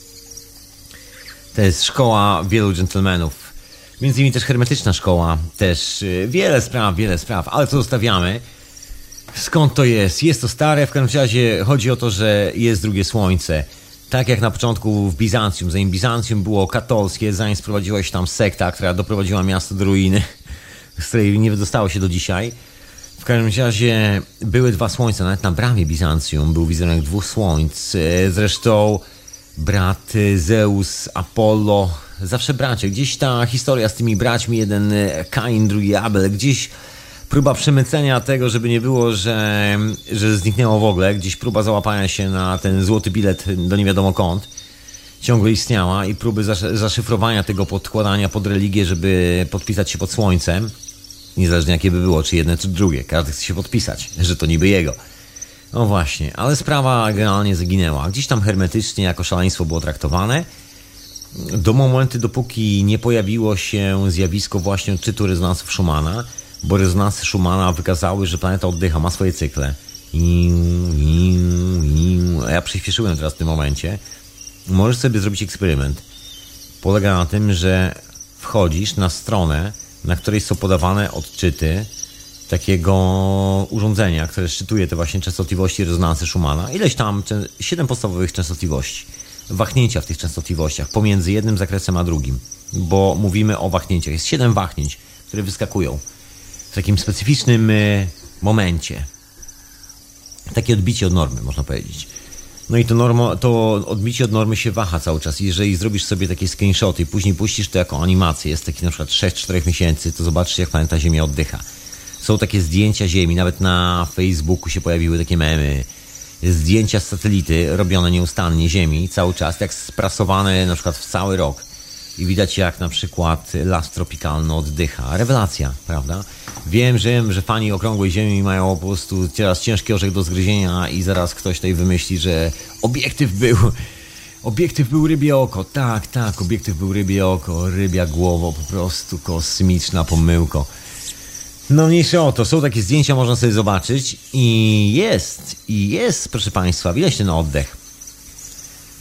To jest szkoła wielu dżentelmenów. Między innymi też hermetyczna szkoła. Też wiele spraw, ale co zostawiamy? Skąd to jest? Jest to stare, w każdym razie chodzi o to, że jest drugie słońce. Tak jak na początku w Bizancjum, zanim Bizancjum było katolskie, zanim sprowadziła się tam sekta, która doprowadziła miasto do ruiny, z której nie wydostało się do dzisiaj. W każdym razie były 2 słońca, nawet na bramie Bizancjum był wizerunek 2 słońc. Zresztą brat Zeus, Apollo, zawsze bracia. Gdzieś ta historia z tymi braćmi, jeden Kain, drugi Abel, gdzieś próba przemycenia tego, żeby nie było, że zniknęło w ogóle. Gdzieś próba załapania się na ten złoty bilet do nie wiadomo kąt ciągle istniała i próby zaszyfrowania tego, podkładania pod religię, żeby podpisać się pod słońcem. Niezależnie jakie by było, czy jedne, czy drugie. Każdy chce się podpisać, że to niby jego. No właśnie, ale sprawa generalnie zaginęła. Gdzieś tam hermetycznie jako szaleństwo było traktowane. Do momentu, dopóki nie pojawiło się zjawisko właśnie odczytu rezonansów Schumana, bo rezonansy Schumana wykazały, że planeta oddycha, ma swoje cykle. A ja przyspieszyłem teraz w tym momencie. Możesz sobie zrobić eksperyment. Polega na tym, że wchodzisz na stronę, na której są podawane odczyty takiego urządzenia, które szczytuje te właśnie częstotliwości rezonansy Schumana. Ileś tam, 7 podstawowych częstotliwości. Wahnięcia w tych częstotliwościach pomiędzy jednym zakresem a drugim. Bo mówimy o wahnięciach. Jest 7 wahnięć, które wyskakują w takim specyficznym momencie. Takie odbicie od normy, można powiedzieć. No i to odbicie od normy się waha cały czas. Jeżeli zrobisz sobie takie screenshoty i później puścisz to jako animację, jest taki na przykład 6-4 miesięcy, to zobaczysz, jak planeta Ziemia oddycha. Są takie zdjęcia Ziemi, nawet na Facebooku się pojawiły takie memy. Zdjęcia z satelity robione nieustannie Ziemi cały czas, jak sprasowane na przykład w cały rok. I widać, jak na przykład las tropikalny oddycha. Rewelacja, prawda? Wiem, że fani okrągłej Ziemi mają po prostu teraz ciężki orzech do zgryzienia i zaraz ktoś tutaj wymyśli, że obiektyw był rybie oko. Tak, obiektyw był rybie oko, rybia głowo, po prostu kosmiczna pomyłko. No mniejsze o to, są takie zdjęcia, można sobie zobaczyć i jest, proszę Państwa, widać ten oddech.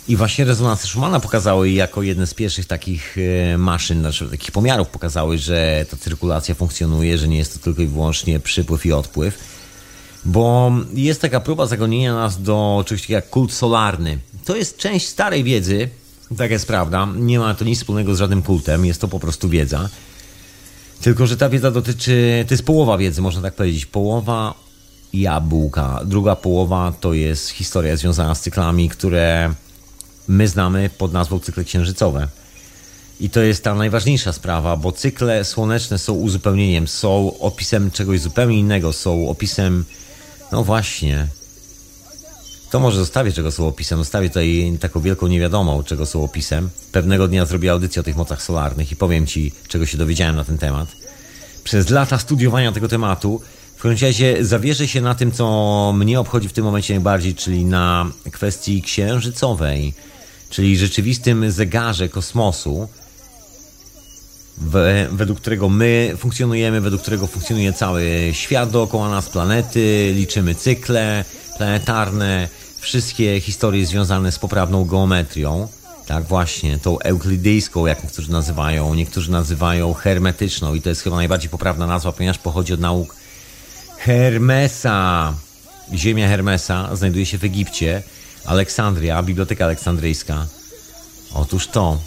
I właśnie rezonanse Schumana pokazały jako jedne z pierwszych takich maszyn, znaczy takich pomiarów pokazały, że ta cyrkulacja funkcjonuje, że nie jest to tylko i wyłącznie przypływ i odpływ. Bo jest taka próba zagonienia nas do czegoś takiego jak kult solarny. To jest część starej wiedzy, tak jest prawda, nie ma to nic wspólnego z żadnym kultem, jest to po prostu wiedza. Tylko że ta wiedza dotyczy, to jest połowa wiedzy, można tak powiedzieć, połowa jabłka. Druga połowa to jest historia związana z cyklami, które my znamy pod nazwą cykle księżycowe. I to jest ta najważniejsza sprawa, bo cykle słoneczne są uzupełnieniem, są opisem czegoś zupełnie innego, są opisem, no właśnie, to może zostawię czego są opisem, zostawię tutaj taką wielką niewiadomą, czego są opisem. Pewnego dnia zrobię audycję o tych mocach solarnych i powiem Ci, czego się dowiedziałem na ten temat. Przez lata studiowania tego tematu w końcu razie zawierzę się na tym, co mnie obchodzi w tym momencie najbardziej, czyli na kwestii księżycowej, czyli rzeczywistym zegarze kosmosu, według którego my funkcjonujemy, według którego funkcjonuje cały świat dookoła nas, planety, liczymy cykle planetarne, wszystkie historie związane z poprawną geometrią, tak właśnie, tą euklidyjską, jak niektórzy nazywają hermetyczną i to jest chyba najbardziej poprawna nazwa, ponieważ pochodzi od nauk Hermesa. Ziemia Hermesa znajduje się w Egipcie, Aleksandria, Biblioteka Aleksandryjska. Otóż to.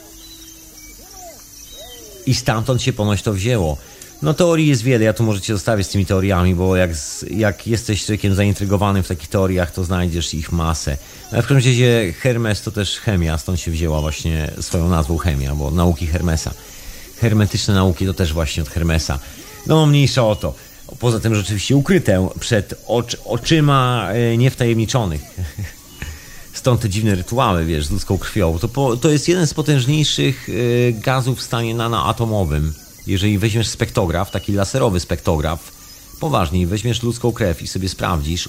I stamtąd się ponoć to wzięło. No teorii jest wiele, ja tu możecie zostawić z tymi teoriami, bo jak jesteś człowiekiem zaintrygowanym w takich teoriach, to znajdziesz ich masę. Ale w każdym razie Hermes to też chemia, stąd się wzięła właśnie swoją nazwą chemia, bo nauki Hermesa. Hermetyczne nauki to też właśnie od Hermesa. No mniejsza o to. Poza tym rzeczywiście ukryte przed oczyma niewtajemniczonych. Stąd te dziwne rytuały, wiesz, z ludzką krwią. To jest jeden z potężniejszych gazów w stanie nanoatomowym. Jeżeli weźmiesz spektrograf, taki laserowy spektrograf, poważnie, weźmiesz ludzką krew i sobie sprawdzisz,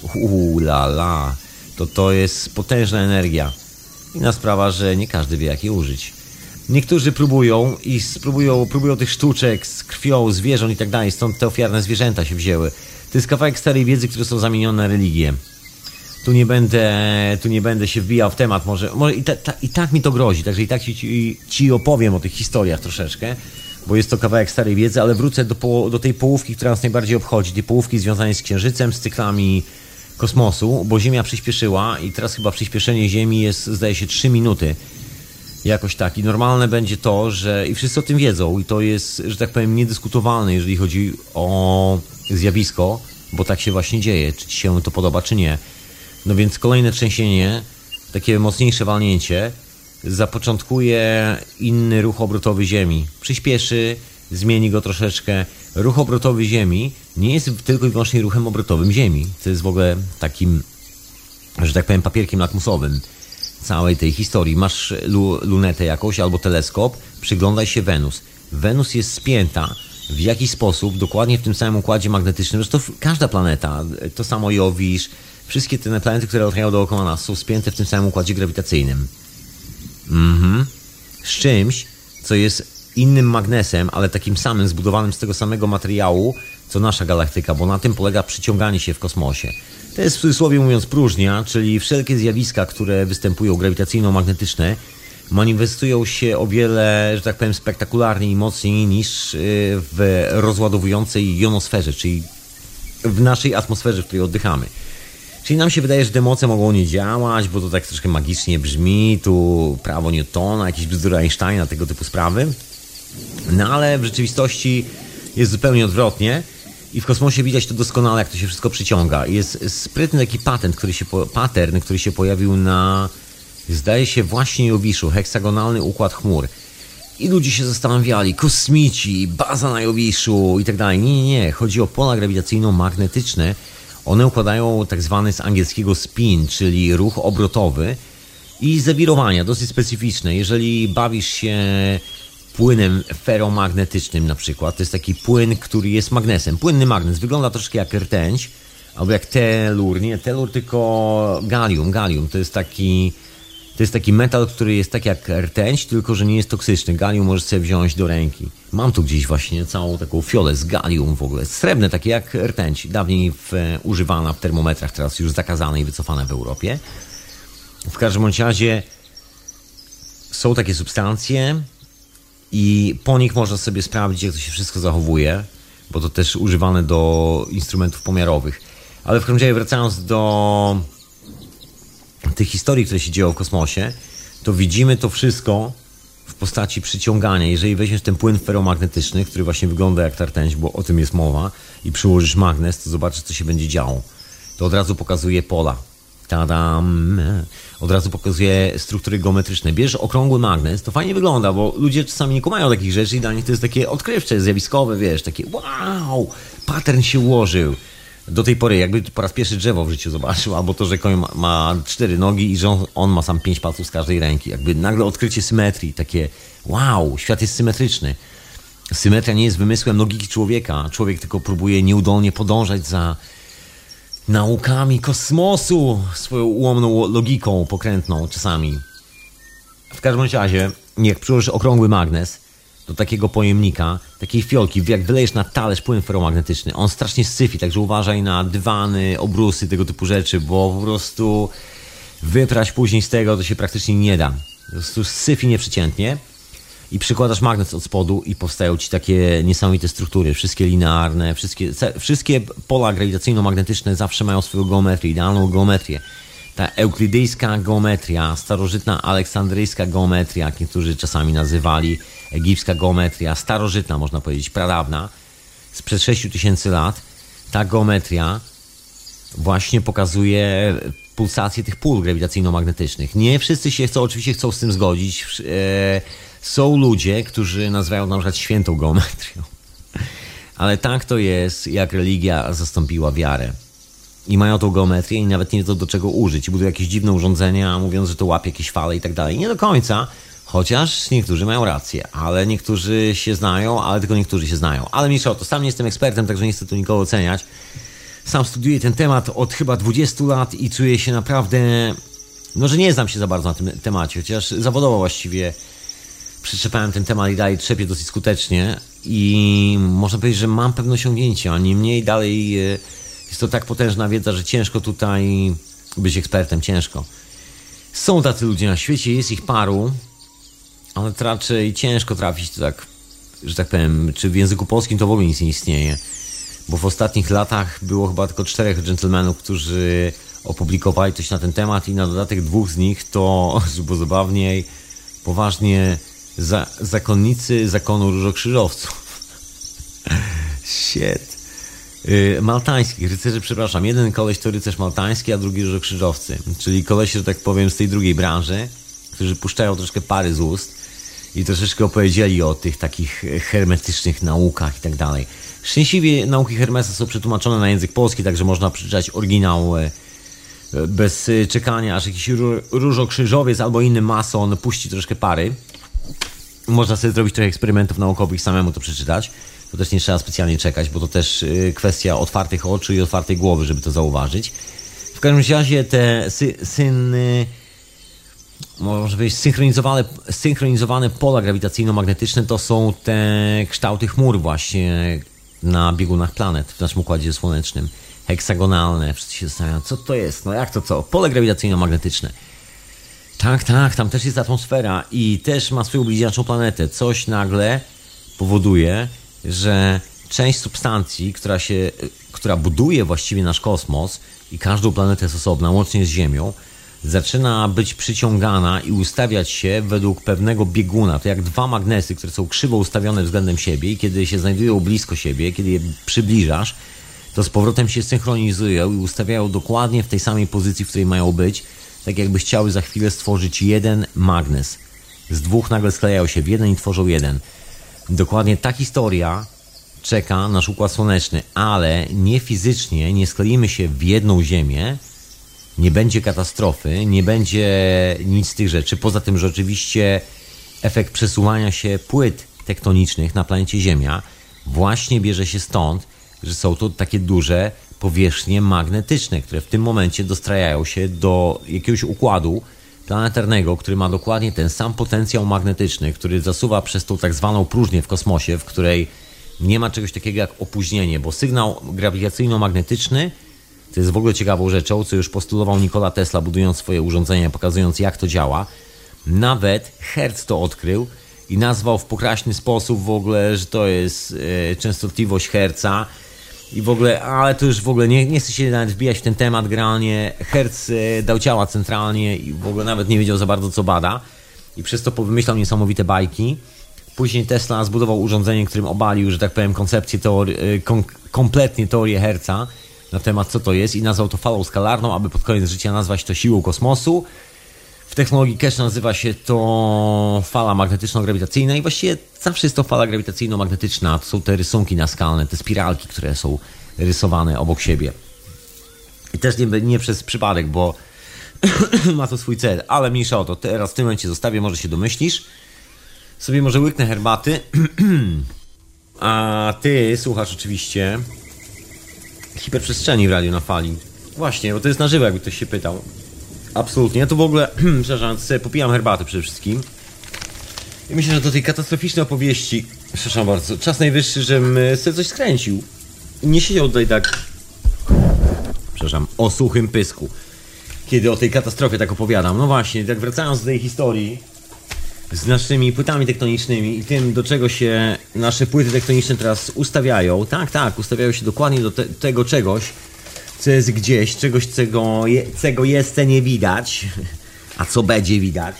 to jest potężna energia. Inna sprawa, że nie każdy wie, jak je użyć. Niektórzy próbują tych sztuczek z krwią zwierząt i tak dalej, stąd te ofiarne zwierzęta się wzięły. To jest kawałek starej wiedzy, które są zamienione na religię. Tu nie będę się wbijał w temat, może i tak mi to grozi, także i tak ci opowiem o tych historiach troszeczkę, bo jest to kawałek starej wiedzy, ale wrócę do tej połówki, która nas najbardziej obchodzi, tej połówki związanej z Księżycem, z cyklami kosmosu, bo Ziemia przyspieszyła i teraz chyba przyspieszenie Ziemi jest, zdaje się, 3 minuty. Jakoś tak. I normalne będzie to, że i wszyscy o tym wiedzą i to jest, że tak powiem, niedyskutowalne, jeżeli chodzi o zjawisko, bo tak się właśnie dzieje, czy ci się to podoba, czy nie. No więc kolejne trzęsienie, takie mocniejsze walnięcie zapoczątkuje inny ruch obrotowy Ziemi. Przyspieszy, zmieni go troszeczkę. Ruch obrotowy Ziemi nie jest tylko i wyłącznie ruchem obrotowym Ziemi. To jest w ogóle takim, że tak powiem, papierkiem lakmusowym całej tej historii. Masz lunetę jakąś albo teleskop, przyglądaj się Wenus. Wenus jest spięta w jakiś sposób, dokładnie w tym samym układzie magnetycznym. Zresztą każda planeta, to samo Jowisz, wszystkie te planety, które otaczając dookoła nas, są spięte w tym samym układzie grawitacyjnym. Z czymś, co jest innym magnesem, ale takim samym, zbudowanym z tego samego materiału, co nasza galaktyka, bo na tym polega przyciąganie się w kosmosie. To jest w cudzysłowie mówiąc próżnia, czyli wszelkie zjawiska, które występują grawitacyjno-magnetyczne, manifestują się o wiele, że tak powiem, spektakularniej i mocniej niż w rozładowującej jonosferze, czyli w naszej atmosferze, w której oddychamy. Czyli nam się wydaje, że te moce mogą nie działać, bo to tak troszkę magicznie brzmi, tu prawo Newtona, jakieś bzdury Einsteina, tego typu sprawy. No ale w rzeczywistości jest zupełnie odwrotnie i w kosmosie widać to doskonale, jak to się wszystko przyciąga. Jest sprytny taki pattern, który się pojawił na, zdaje się, właśnie Jowiszu, heksagonalny układ chmur. I ludzie się zastanawiali, kosmici, baza na Jowiszu i tak dalej. Nie. Chodzi o pola grawitacyjno-magnetyczne. One układają tak zwany z angielskiego spin, czyli ruch obrotowy i zawirowania dosyć specyficzne. Jeżeli bawisz się płynem feromagnetycznym na przykład, to jest taki płyn, który jest magnesem. Płynny magnes wygląda troszkę jak rtęć, albo jak telur, nie telur, tylko gallium. To jest taki metal, który jest tak jak rtęć, tylko że nie jest toksyczny. Gallium możesz sobie wziąć do ręki. Mam tu gdzieś właśnie całą taką fiolę z gallium w ogóle. Srebrne, takie jak rtęć. Dawniej używana w termometrach, teraz już zakazane i wycofane w Europie. W każdym razie są takie substancje i po nich można sobie sprawdzić, jak to się wszystko zachowuje, bo to też używane do instrumentów pomiarowych. Ale w każdym razie, wracając do tych historii, które się dzieją w kosmosie, to widzimy to wszystko w postaci przyciągania. Jeżeli weźmiesz ten płyn feromagnetyczny, który właśnie wygląda jak ta rtęć, bo o tym jest mowa, i przyłożysz magnes, to zobaczysz, co się będzie działo. To od razu pokazuje pola. Tadam! Od razu pokazuje struktury geometryczne. Bierzesz okrągły magnes, to fajnie wygląda, bo ludzie czasami nie kumają takich rzeczy i dla nich to jest takie odkrywcze, zjawiskowe, wiesz, takie wow, pattern się ułożył. Do tej pory jakby po raz pierwszy drzewo w życiu zobaczył, albo to, że koń ma 4 nogi i że on ma sam 5 palców z każdej ręki. Jakby nagle odkrycie symetrii, takie wow, świat jest symetryczny. Symetria nie jest wymysłem logiki człowieka. Człowiek tylko próbuje nieudolnie podążać za naukami kosmosu, swoją ułomną logiką pokrętną czasami. W każdym razie, jak przyłożysz okrągły magnes do takiego pojemnika, takiej fiolki, jak wylejesz na talerz płyn feromagnetyczny, on strasznie syfi, także uważaj na dywany, obrusy, tego typu rzeczy, bo po prostu wyprać później z tego to się praktycznie nie da. Po prostu syfi nieprzeciętnie i przykładasz magnes od spodu i powstają ci takie niesamowite struktury, wszystkie linearne, wszystkie pola grawitacyjno-magnetyczne zawsze mają swoją geometrię, idealną geometrię. Ta euklidyjska geometria, starożytna aleksandryjska geometria, jak niektórzy czasami nazywali, egipska geometria, starożytna można powiedzieć, pradawna, sprzed 6000 lat, ta geometria właśnie pokazuje pulsację tych pól grawitacyjno-magnetycznych. Nie wszyscy się oczywiście chcą z tym zgodzić. Są ludzie, którzy nazywają na przykład świętą geometrią. Ale tak to jest, jak religia zastąpiła wiarę. I mają tą geometrię i nawet nie wiedzą, do czego użyć. I budują jakieś dziwne urządzenia, mówiąc, że to łapie jakieś fale i tak dalej. Nie do końca, chociaż niektórzy mają rację. Ale niektórzy się znają, ale tylko niektórzy się znają. Ale mniejsza o to, sam nie jestem ekspertem, także nie chcę tu nikogo oceniać. Sam studiuję ten temat od chyba 20 lat i czuję się naprawdę... No, że nie znam się za bardzo na tym temacie, chociaż zawodowo właściwie przyczepałem ten temat i dalej trzepię dosyć skutecznie. I można powiedzieć, że mam pewne osiągnięcia, a niemniej dalej... Jest to tak potężna wiedza, że ciężko tutaj być ekspertem, ciężko. Są tacy ludzie na świecie, jest ich paru, ale raczej ciężko trafić to tak, że tak powiem, czy w języku polskim to w ogóle nic nie istnieje. Bo w ostatnich latach było chyba tylko 4 dżentelmenów, którzy opublikowali coś na ten temat i na dodatek 2 z nich to, żeby było zabawniej, poważnie zakonnicy zakonu różokrzyżowców. Shit. Maltańskich, rycerzy, przepraszam. Jeden koleś to rycerz maltański, a drugi różokrzyżowcy. Czyli kolesie, że tak powiem, z tej drugiej branży, którzy puszczają troszkę pary z ust i troszeczkę opowiedzieli o tych takich hermetycznych naukach i tak dalej. Szczęśliwie nauki Hermesa są przetłumaczone na język polski, także można przeczytać oryginał bez czekania, aż jakiś różokrzyżowiec albo inny mason puści troszkę pary. Można sobie zrobić trochę eksperymentów naukowych, samemu to przeczytać. To też nie trzeba specjalnie czekać, bo to też kwestia otwartych oczu i otwartej głowy, żeby to zauważyć. W każdym razie te można powiedzieć, synchronizowane pola grawitacyjno-magnetyczne to są te kształty chmur właśnie na biegunach planet w naszym Układzie Słonecznym. Heksagonalne. Wszyscy się zastanawiają, co to jest? No jak to co? Pole grawitacyjno-magnetyczne. Tak, tam też jest atmosfera i też ma swoją bliźniaczą planetę. Coś nagle powoduje, że część substancji, która buduje właściwie nasz kosmos i każdą planetę jest osobna, łącznie z Ziemią, zaczyna być przyciągana i ustawiać się według pewnego bieguna. To jak 2 magnesy, które są krzywo ustawione względem siebie i kiedy się znajdują blisko siebie, kiedy je przybliżasz, to z powrotem się synchronizują i ustawiają dokładnie w tej samej pozycji, w której mają być, tak jakby chciały za chwilę stworzyć jeden magnes. Z 2 nagle sklejają się w jeden i tworzą jeden. Dokładnie ta historia czeka nasz Układ Słoneczny, ale nie fizycznie, nie skleimy się w jedną Ziemię, nie będzie katastrofy, nie będzie nic z tych rzeczy, poza tym, że oczywiście efekt przesuwania się płyt tektonicznych na planecie Ziemia właśnie bierze się stąd, że są to takie duże powierzchnie magnetyczne, które w tym momencie dostrajają się do jakiegoś układu planetarnego, który ma dokładnie ten sam potencjał magnetyczny, który zasuwa przez tą tak zwaną próżnię w kosmosie, w której nie ma czegoś takiego jak opóźnienie, bo sygnał grawitacyjno-magnetyczny to jest w ogóle ciekawą rzeczą, co już postulował Nikola Tesla, budując swoje urządzenia, pokazując jak to działa. Nawet Hertz to odkrył i nazwał w pokraśny sposób w ogóle, że to jest częstotliwość Hertza i w ogóle, ale to już w ogóle nie chcę się nawet wbijać w ten temat generalnie. Hertz dał ciała centralnie i w ogóle nawet nie wiedział za bardzo co bada i przez to powymyślał niesamowite bajki. Później Tesla zbudował urządzenie, którym obalił, że tak powiem, koncepcję kompletnie teorię Hertza na temat co to jest i nazwał to falą skalarną, aby pod koniec życia nazwać to siłą kosmosu. W technologii Keshe nazywa się to fala magnetyczno-grawitacyjna i właściwie zawsze jest to fala grawitacyjno-magnetyczna. To są te rysunki naskalne, te spiralki, które są rysowane obok siebie. I też nie przez przypadek, bo ma to swój cel, ale mniejsza o to. Teraz w tym momencie zostawię, może się domyślisz. Sobie może łyknę herbaty. A ty słuchasz oczywiście hiperprzestrzeni w radiu na fali. Właśnie, bo to jest na żywo, jakby ktoś się pytał. Absolutnie. Ja to w ogóle, przepraszam, sobie popijam herbatę przede wszystkim. I myślę, że do tej katastroficznej opowieści, przepraszam bardzo, czas najwyższy, żebym sobie coś skręcił. Nie siedział tutaj tak, przepraszam, o suchym pysku, kiedy o tej katastrofie tak opowiadam. No właśnie, tak wracając do tej historii z naszymi płytami tektonicznymi i tym, do czego się nasze płyty tektoniczne teraz ustawiają. Tak, ustawiają się dokładnie do tego czegoś, co jest gdzieś, czegoś, czego jeszcze nie widać, a co będzie widać.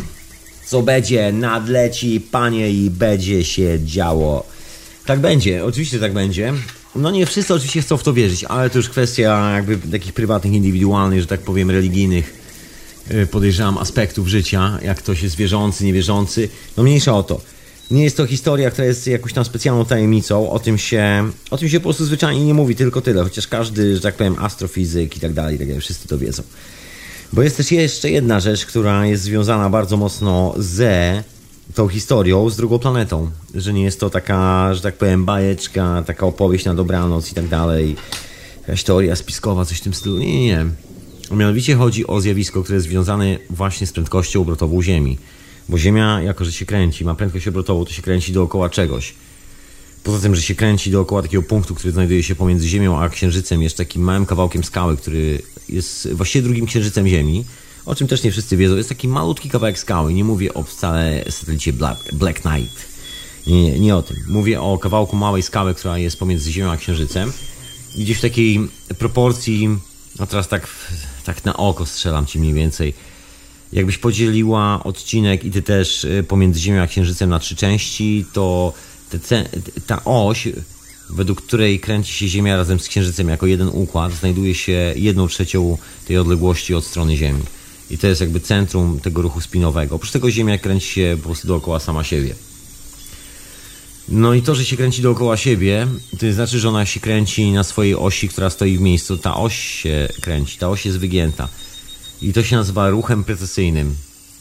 Co będzie, nadleci, panie, i będzie się działo. Tak będzie, oczywiście tak będzie. No nie wszyscy oczywiście chcą w to wierzyć, ale to już kwestia jakby takich prywatnych, indywidualnych, że tak powiem, religijnych, podejrzewam, aspektów życia, jak ktoś jest wierzący, niewierzący. No mniejsza o to. Nie jest to historia, która jest jakąś tam specjalną tajemnicą, o tym się po prostu zwyczajnie nie mówi, tylko tyle, chociaż każdy, że tak powiem, astrofizyk i tak dalej, wszyscy to wiedzą. Bo jest też jeszcze jedna rzecz, która jest związana bardzo mocno z tą historią, z drugą planetą, że nie jest to taka, że tak powiem, bajeczka, taka opowieść na dobranoc i tak dalej, jakaś teoria spiskowa, coś w tym stylu, nie. Mianowicie chodzi o zjawisko, które jest związane właśnie z prędkością obrotową Ziemi. Bo Ziemia, jako że się kręci, ma prędkość obrotową, to się kręci dookoła czegoś. Poza tym, że się kręci dookoła takiego punktu, który znajduje się pomiędzy Ziemią a Księżycem, jest takim małym kawałkiem skały, który jest właściwie drugim księżycem Ziemi, o czym też nie wszyscy wiedzą. Jest taki malutki kawałek skały. Nie mówię o wcale satelicie Black Knight. Nie o tym. Mówię o kawałku małej skały, która jest pomiędzy Ziemią a Księżycem. I gdzieś w takiej proporcji, no teraz tak na oko strzelam ci mniej więcej, jakbyś podzieliła odcinek i ty też pomiędzy Ziemią a Księżycem na 3 części, to ta oś, według której kręci się Ziemia razem z Księżycem jako jeden układ, znajduje się 1/3 tej odległości od strony Ziemi. I to jest jakby centrum tego ruchu spinowego. Oprócz tego Ziemia kręci się po prostu dookoła sama siebie. No i to, że się kręci dookoła siebie, to nie znaczy, że ona się kręci na swojej osi, która stoi w miejscu. Ta oś się kręci, ta oś jest wygięta. I to się nazywa ruchem precesyjnym.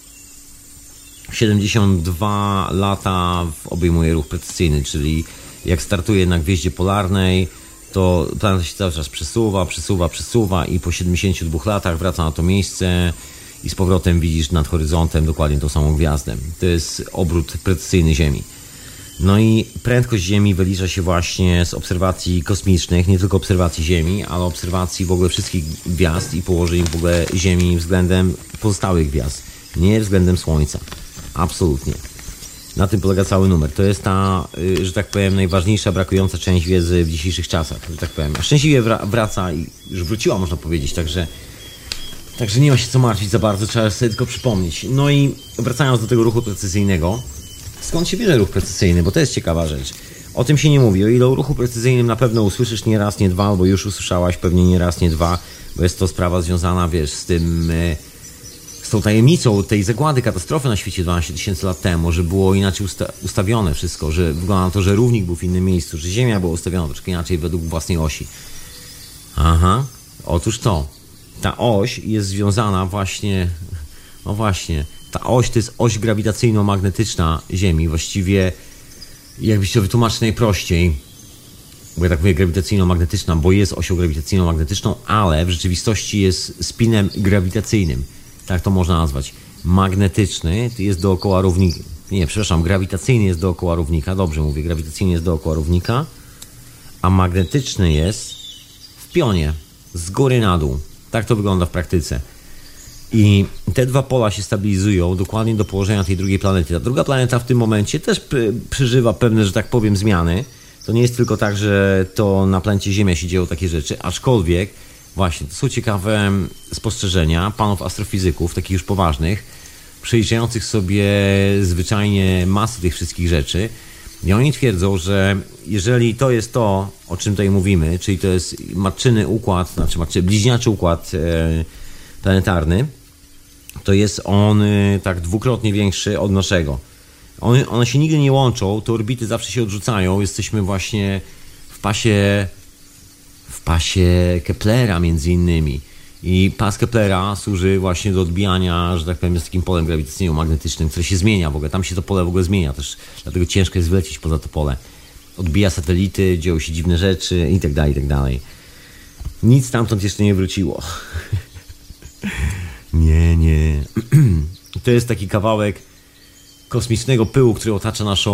72 lata obejmuje ruch precesyjny, czyli jak startuje na gwieździe polarnej, to planeta się cały czas przesuwa i po 72 latach wraca na to miejsce i z powrotem widzisz nad horyzontem dokładnie tą samą gwiazdę. To jest obrót precesyjny Ziemi. No i prędkość Ziemi wylicza się właśnie z obserwacji kosmicznych, nie tylko obserwacji Ziemi, ale obserwacji w ogóle wszystkich gwiazd i położeń w ogóle Ziemi względem pozostałych gwiazd, nie względem Słońca. Absolutnie. Na tym polega cały numer. To jest ta, że tak powiem, najważniejsza brakująca część wiedzy w dzisiejszych czasach, że tak powiem. A szczęśliwie wraca i już wróciła, można powiedzieć, także nie ma się co martwić za bardzo, trzeba sobie tylko przypomnieć. No i wracając do tego ruchu precesyjnego, skąd się bierze ruch precesyjny? Bo to jest ciekawa rzecz. O tym się nie mówi. O ile o ruchu precesyjnym na pewno usłyszysz nie raz, nie dwa, albo już usłyszałaś pewnie nie raz, nie dwa, bo jest to sprawa związana, wiesz, z tą tajemnicą tej zagłady, katastrofy na świecie 12 000 lat temu, że było inaczej ustawione wszystko, że wygląda na to, że równik był w innym miejscu, że Ziemia była ustawiona troszkę inaczej według własnej osi. Aha, otóż to. Ta oś jest związana właśnie, no właśnie, ta oś to jest oś grawitacyjno-magnetyczna Ziemi. Właściwie, jakbyś to wytłumaczył najprościej, bo ja tak mówię grawitacyjno-magnetyczna, bo jest osią grawitacyjno-magnetyczną, ale w rzeczywistości jest spinem grawitacyjnym. Tak to można nazwać. Magnetyczny jest dookoła równika. Nie, przepraszam, grawitacyjny jest dookoła równika. Dobrze mówię, grawitacyjny jest dookoła równika, a magnetyczny jest w pionie, z góry na dół. Tak to wygląda w praktyce. I te dwa pola się stabilizują dokładnie do położenia tej drugiej planety. Ta druga planeta w tym momencie też przeżywa pewne, że tak powiem, zmiany. To nie jest tylko tak, że to na planecie Ziemia się dzieją takie rzeczy, aczkolwiek właśnie to są ciekawe spostrzeżenia panów astrofizyków, takich już poważnych, przeliczających sobie zwyczajnie masę tych wszystkich rzeczy. I oni twierdzą, że jeżeli to jest to, o czym tutaj mówimy, czyli to jest matczyny układ, bliźniaczy układ planetarny, to jest on tak dwukrotnie większy od naszego. One się nigdy nie łączą, te orbity zawsze się odrzucają. Jesteśmy właśnie w pasie Keplera między innymi. I pas Keplera służy właśnie do odbijania, że tak powiem, z takim polem grawitacyjno-magnetycznym, które się zmienia w ogóle. Tam się to pole w ogóle zmienia też, dlatego ciężko jest wlecieć poza to pole. Odbija satelity, dzieją się dziwne rzeczy i tak dalej, i tak dalej. Nic stamtąd jeszcze nie wróciło. Nie. To jest taki kawałek kosmicznego pyłu, który otacza nasz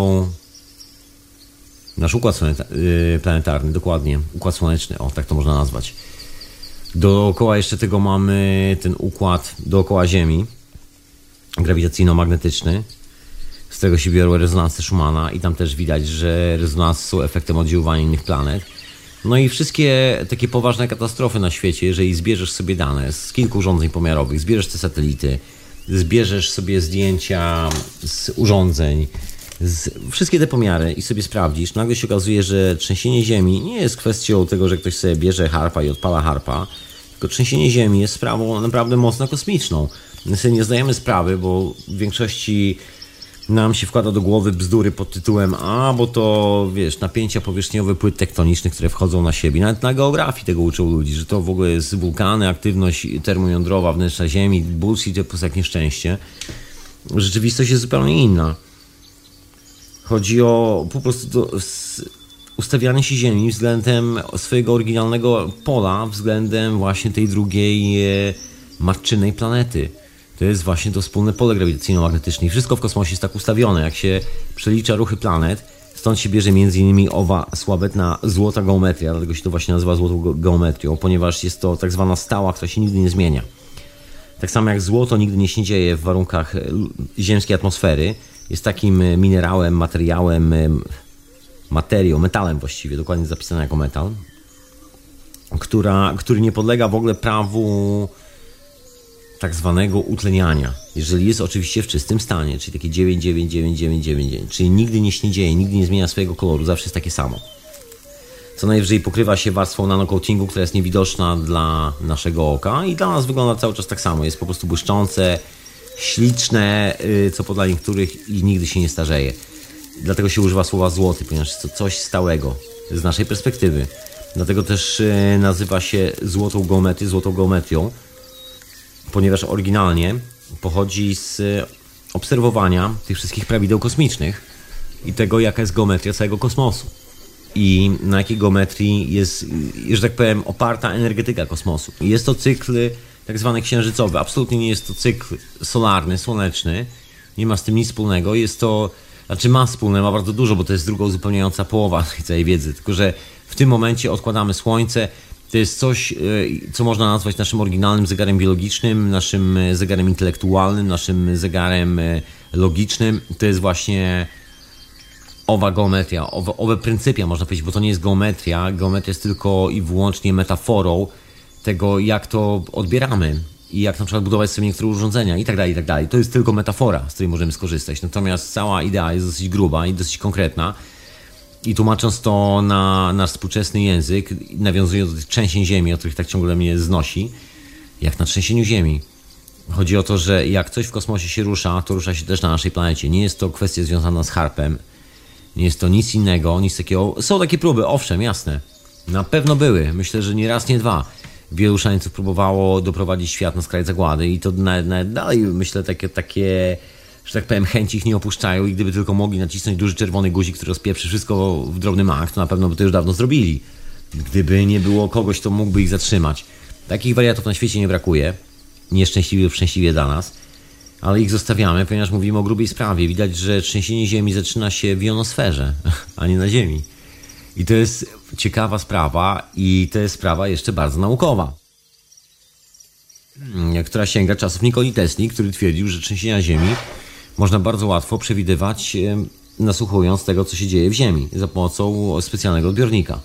układ planetarny, dokładnie, układ słoneczny, o tak to można nazwać. Dookoła jeszcze tego mamy ten układ dookoła Ziemi, grawitacyjno-magnetyczny, z którego się biorą rezonanse Schumana i tam też widać, że rezonanse są efektem oddziaływania innych planet. No i wszystkie takie poważne katastrofy na świecie, jeżeli zbierzesz sobie dane z kilku urządzeń pomiarowych, zbierzesz te satelity, zbierzesz sobie zdjęcia z urządzeń, wszystkie te pomiary i sobie sprawdzisz, nagle się okazuje, że trzęsienie Ziemi nie jest kwestią tego, że ktoś sobie bierze harpa i odpala harpa, tylko trzęsienie Ziemi jest sprawą naprawdę mocno kosmiczną. My sobie nie zdajemy sprawy, bo w większości nam się wkłada do głowy bzdury pod tytułem bo to, wiesz, napięcia powierzchniowe płyt tektonicznych, które wchodzą na siebie. Nawet na geografii tego uczą ludzi, że to w ogóle jest wulkany, aktywność termojądrowa wnętrza Ziemi, bullshit, to po prostu jak nieszczęście. Rzeczywistość jest zupełnie inna. Chodzi o po prostu ustawianie się Ziemi względem swojego oryginalnego pola, względem właśnie tej drugiej matczynej planety. To jest właśnie to wspólne pole grawitacyjno-magnetyczne i wszystko w kosmosie jest tak ustawione, jak się przelicza ruchy planet, stąd się bierze m.in. owa sławetna złota geometria, dlatego się to właśnie nazywa złotą geometrią, ponieważ jest to tak zwana stała, która się nigdy nie zmienia. Tak samo jak złoto nigdy nie się dzieje w warunkach ziemskiej atmosfery, jest takim minerałem, materiałem, metalem właściwie, dokładnie zapisane jako metal, który nie podlega w ogóle prawu tak zwanego utleniania, jeżeli jest oczywiście w czystym stanie, czyli takie 99999, czyli nigdy nie śniedzieje, nigdy nie zmienia swojego koloru, zawsze jest takie samo. Co najwyżej pokrywa się warstwą nanocoatingu, która jest niewidoczna dla naszego oka i dla nas wygląda cały czas tak samo, jest po prostu błyszczące, śliczne, co dla niektórych i nigdy się nie starzeje. Dlatego się używa słowa złoty, ponieważ jest to coś stałego z naszej perspektywy. Dlatego też nazywa się złotą geometrią, ponieważ oryginalnie pochodzi z obserwowania tych wszystkich prawideł kosmicznych i tego, jaka jest geometria całego kosmosu i na jakiej geometrii jest, że tak powiem, oparta energetyka kosmosu. Jest to cykl tak zwany księżycowy, absolutnie nie jest to cykl solarny, słoneczny, nie ma z tym nic wspólnego, jest to, ma wspólne, ma bardzo dużo, bo to jest druga uzupełniająca połowa tej całej wiedzy, tylko że w tym momencie odkładamy Słońce. To jest coś, co można nazwać naszym oryginalnym zegarem biologicznym, naszym zegarem intelektualnym, naszym zegarem logicznym. To jest właśnie owa geometria, owe pryncypia, można powiedzieć, bo to nie jest geometria. Geometria jest tylko i wyłącznie metaforą tego, jak to odbieramy i jak na przykład budować sobie niektóre urządzenia i tak dalej, i tak dalej. To jest tylko metafora, z której możemy skorzystać. Natomiast cała idea jest dosyć gruba i dosyć konkretna. I tłumacząc to na nasz współczesny język, nawiązując do tych trzęsień Ziemi, o których tak ciągle mnie znosi, jak na trzęsieniu Ziemi. Chodzi o to, że jak coś w kosmosie się rusza, to rusza się też na naszej planecie. Nie jest to kwestia związana z harpem, nie jest to nic innego, nic takiego. Są takie próby, owszem, jasne. Na pewno były. Myślę, że nie raz, nie dwa. Wielu szaleńców próbowało doprowadzić świat na skraj zagłady i to nawet dalej, myślę, takie że tak powiem, chęci ich nie opuszczają i gdyby tylko mogli nacisnąć duży czerwony guzik, który rozpieprzy wszystko w drobny mak, to na pewno by to już dawno zrobili. Gdyby nie było kogoś, kto mógłby ich zatrzymać. Takich wariatów na świecie nie brakuje. Nieszczęśliwie lub szczęśliwie dla nas. Ale ich zostawiamy, ponieważ mówimy o grubiej sprawie. Widać, że trzęsienie Ziemi zaczyna się w jonosferze, a nie na Ziemi. I to jest ciekawa sprawa i to jest sprawa jeszcze bardzo naukowa. która sięga czasów Nikoli Tesli, który twierdził, że trzęsienia Ziemi można bardzo łatwo przewidywać, nasłuchując tego, co się dzieje w Ziemi, za pomocą specjalnego odbiornika.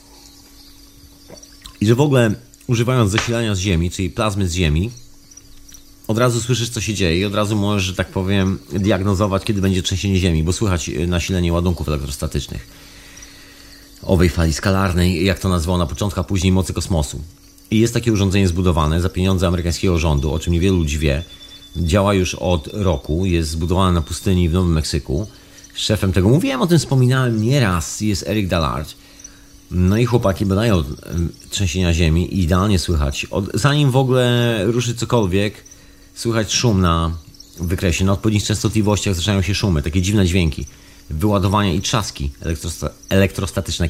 I że w ogóle używając zasilania z Ziemi, czyli plazmy z Ziemi, od razu słyszysz, co się dzieje i od razu możesz, że tak powiem, diagnozować, kiedy będzie trzęsienie Ziemi, bo słychać nasilenie ładunków elektrostatycznych owej fali skalarnej, jak to nazwał na początku, a później mocy kosmosu. I jest takie urządzenie zbudowane za pieniądze amerykańskiego rządu, o czym niewielu ludzi wie. Działa już od roku, jest zbudowane na pustyni w Nowym Meksyku. Szefem tego, mówiłem o tym, wspominałem nieraz, jest Eric Dallard. No i chłopaki badają trzęsienia Ziemi i idealnie słychać. Zanim w ogóle ruszy cokolwiek, słychać szum na wykresie. Na odpowiednich częstotliwościach zaczynają się szumy, takie dziwne dźwięki. Wyładowania i trzaski elektrostatyczne,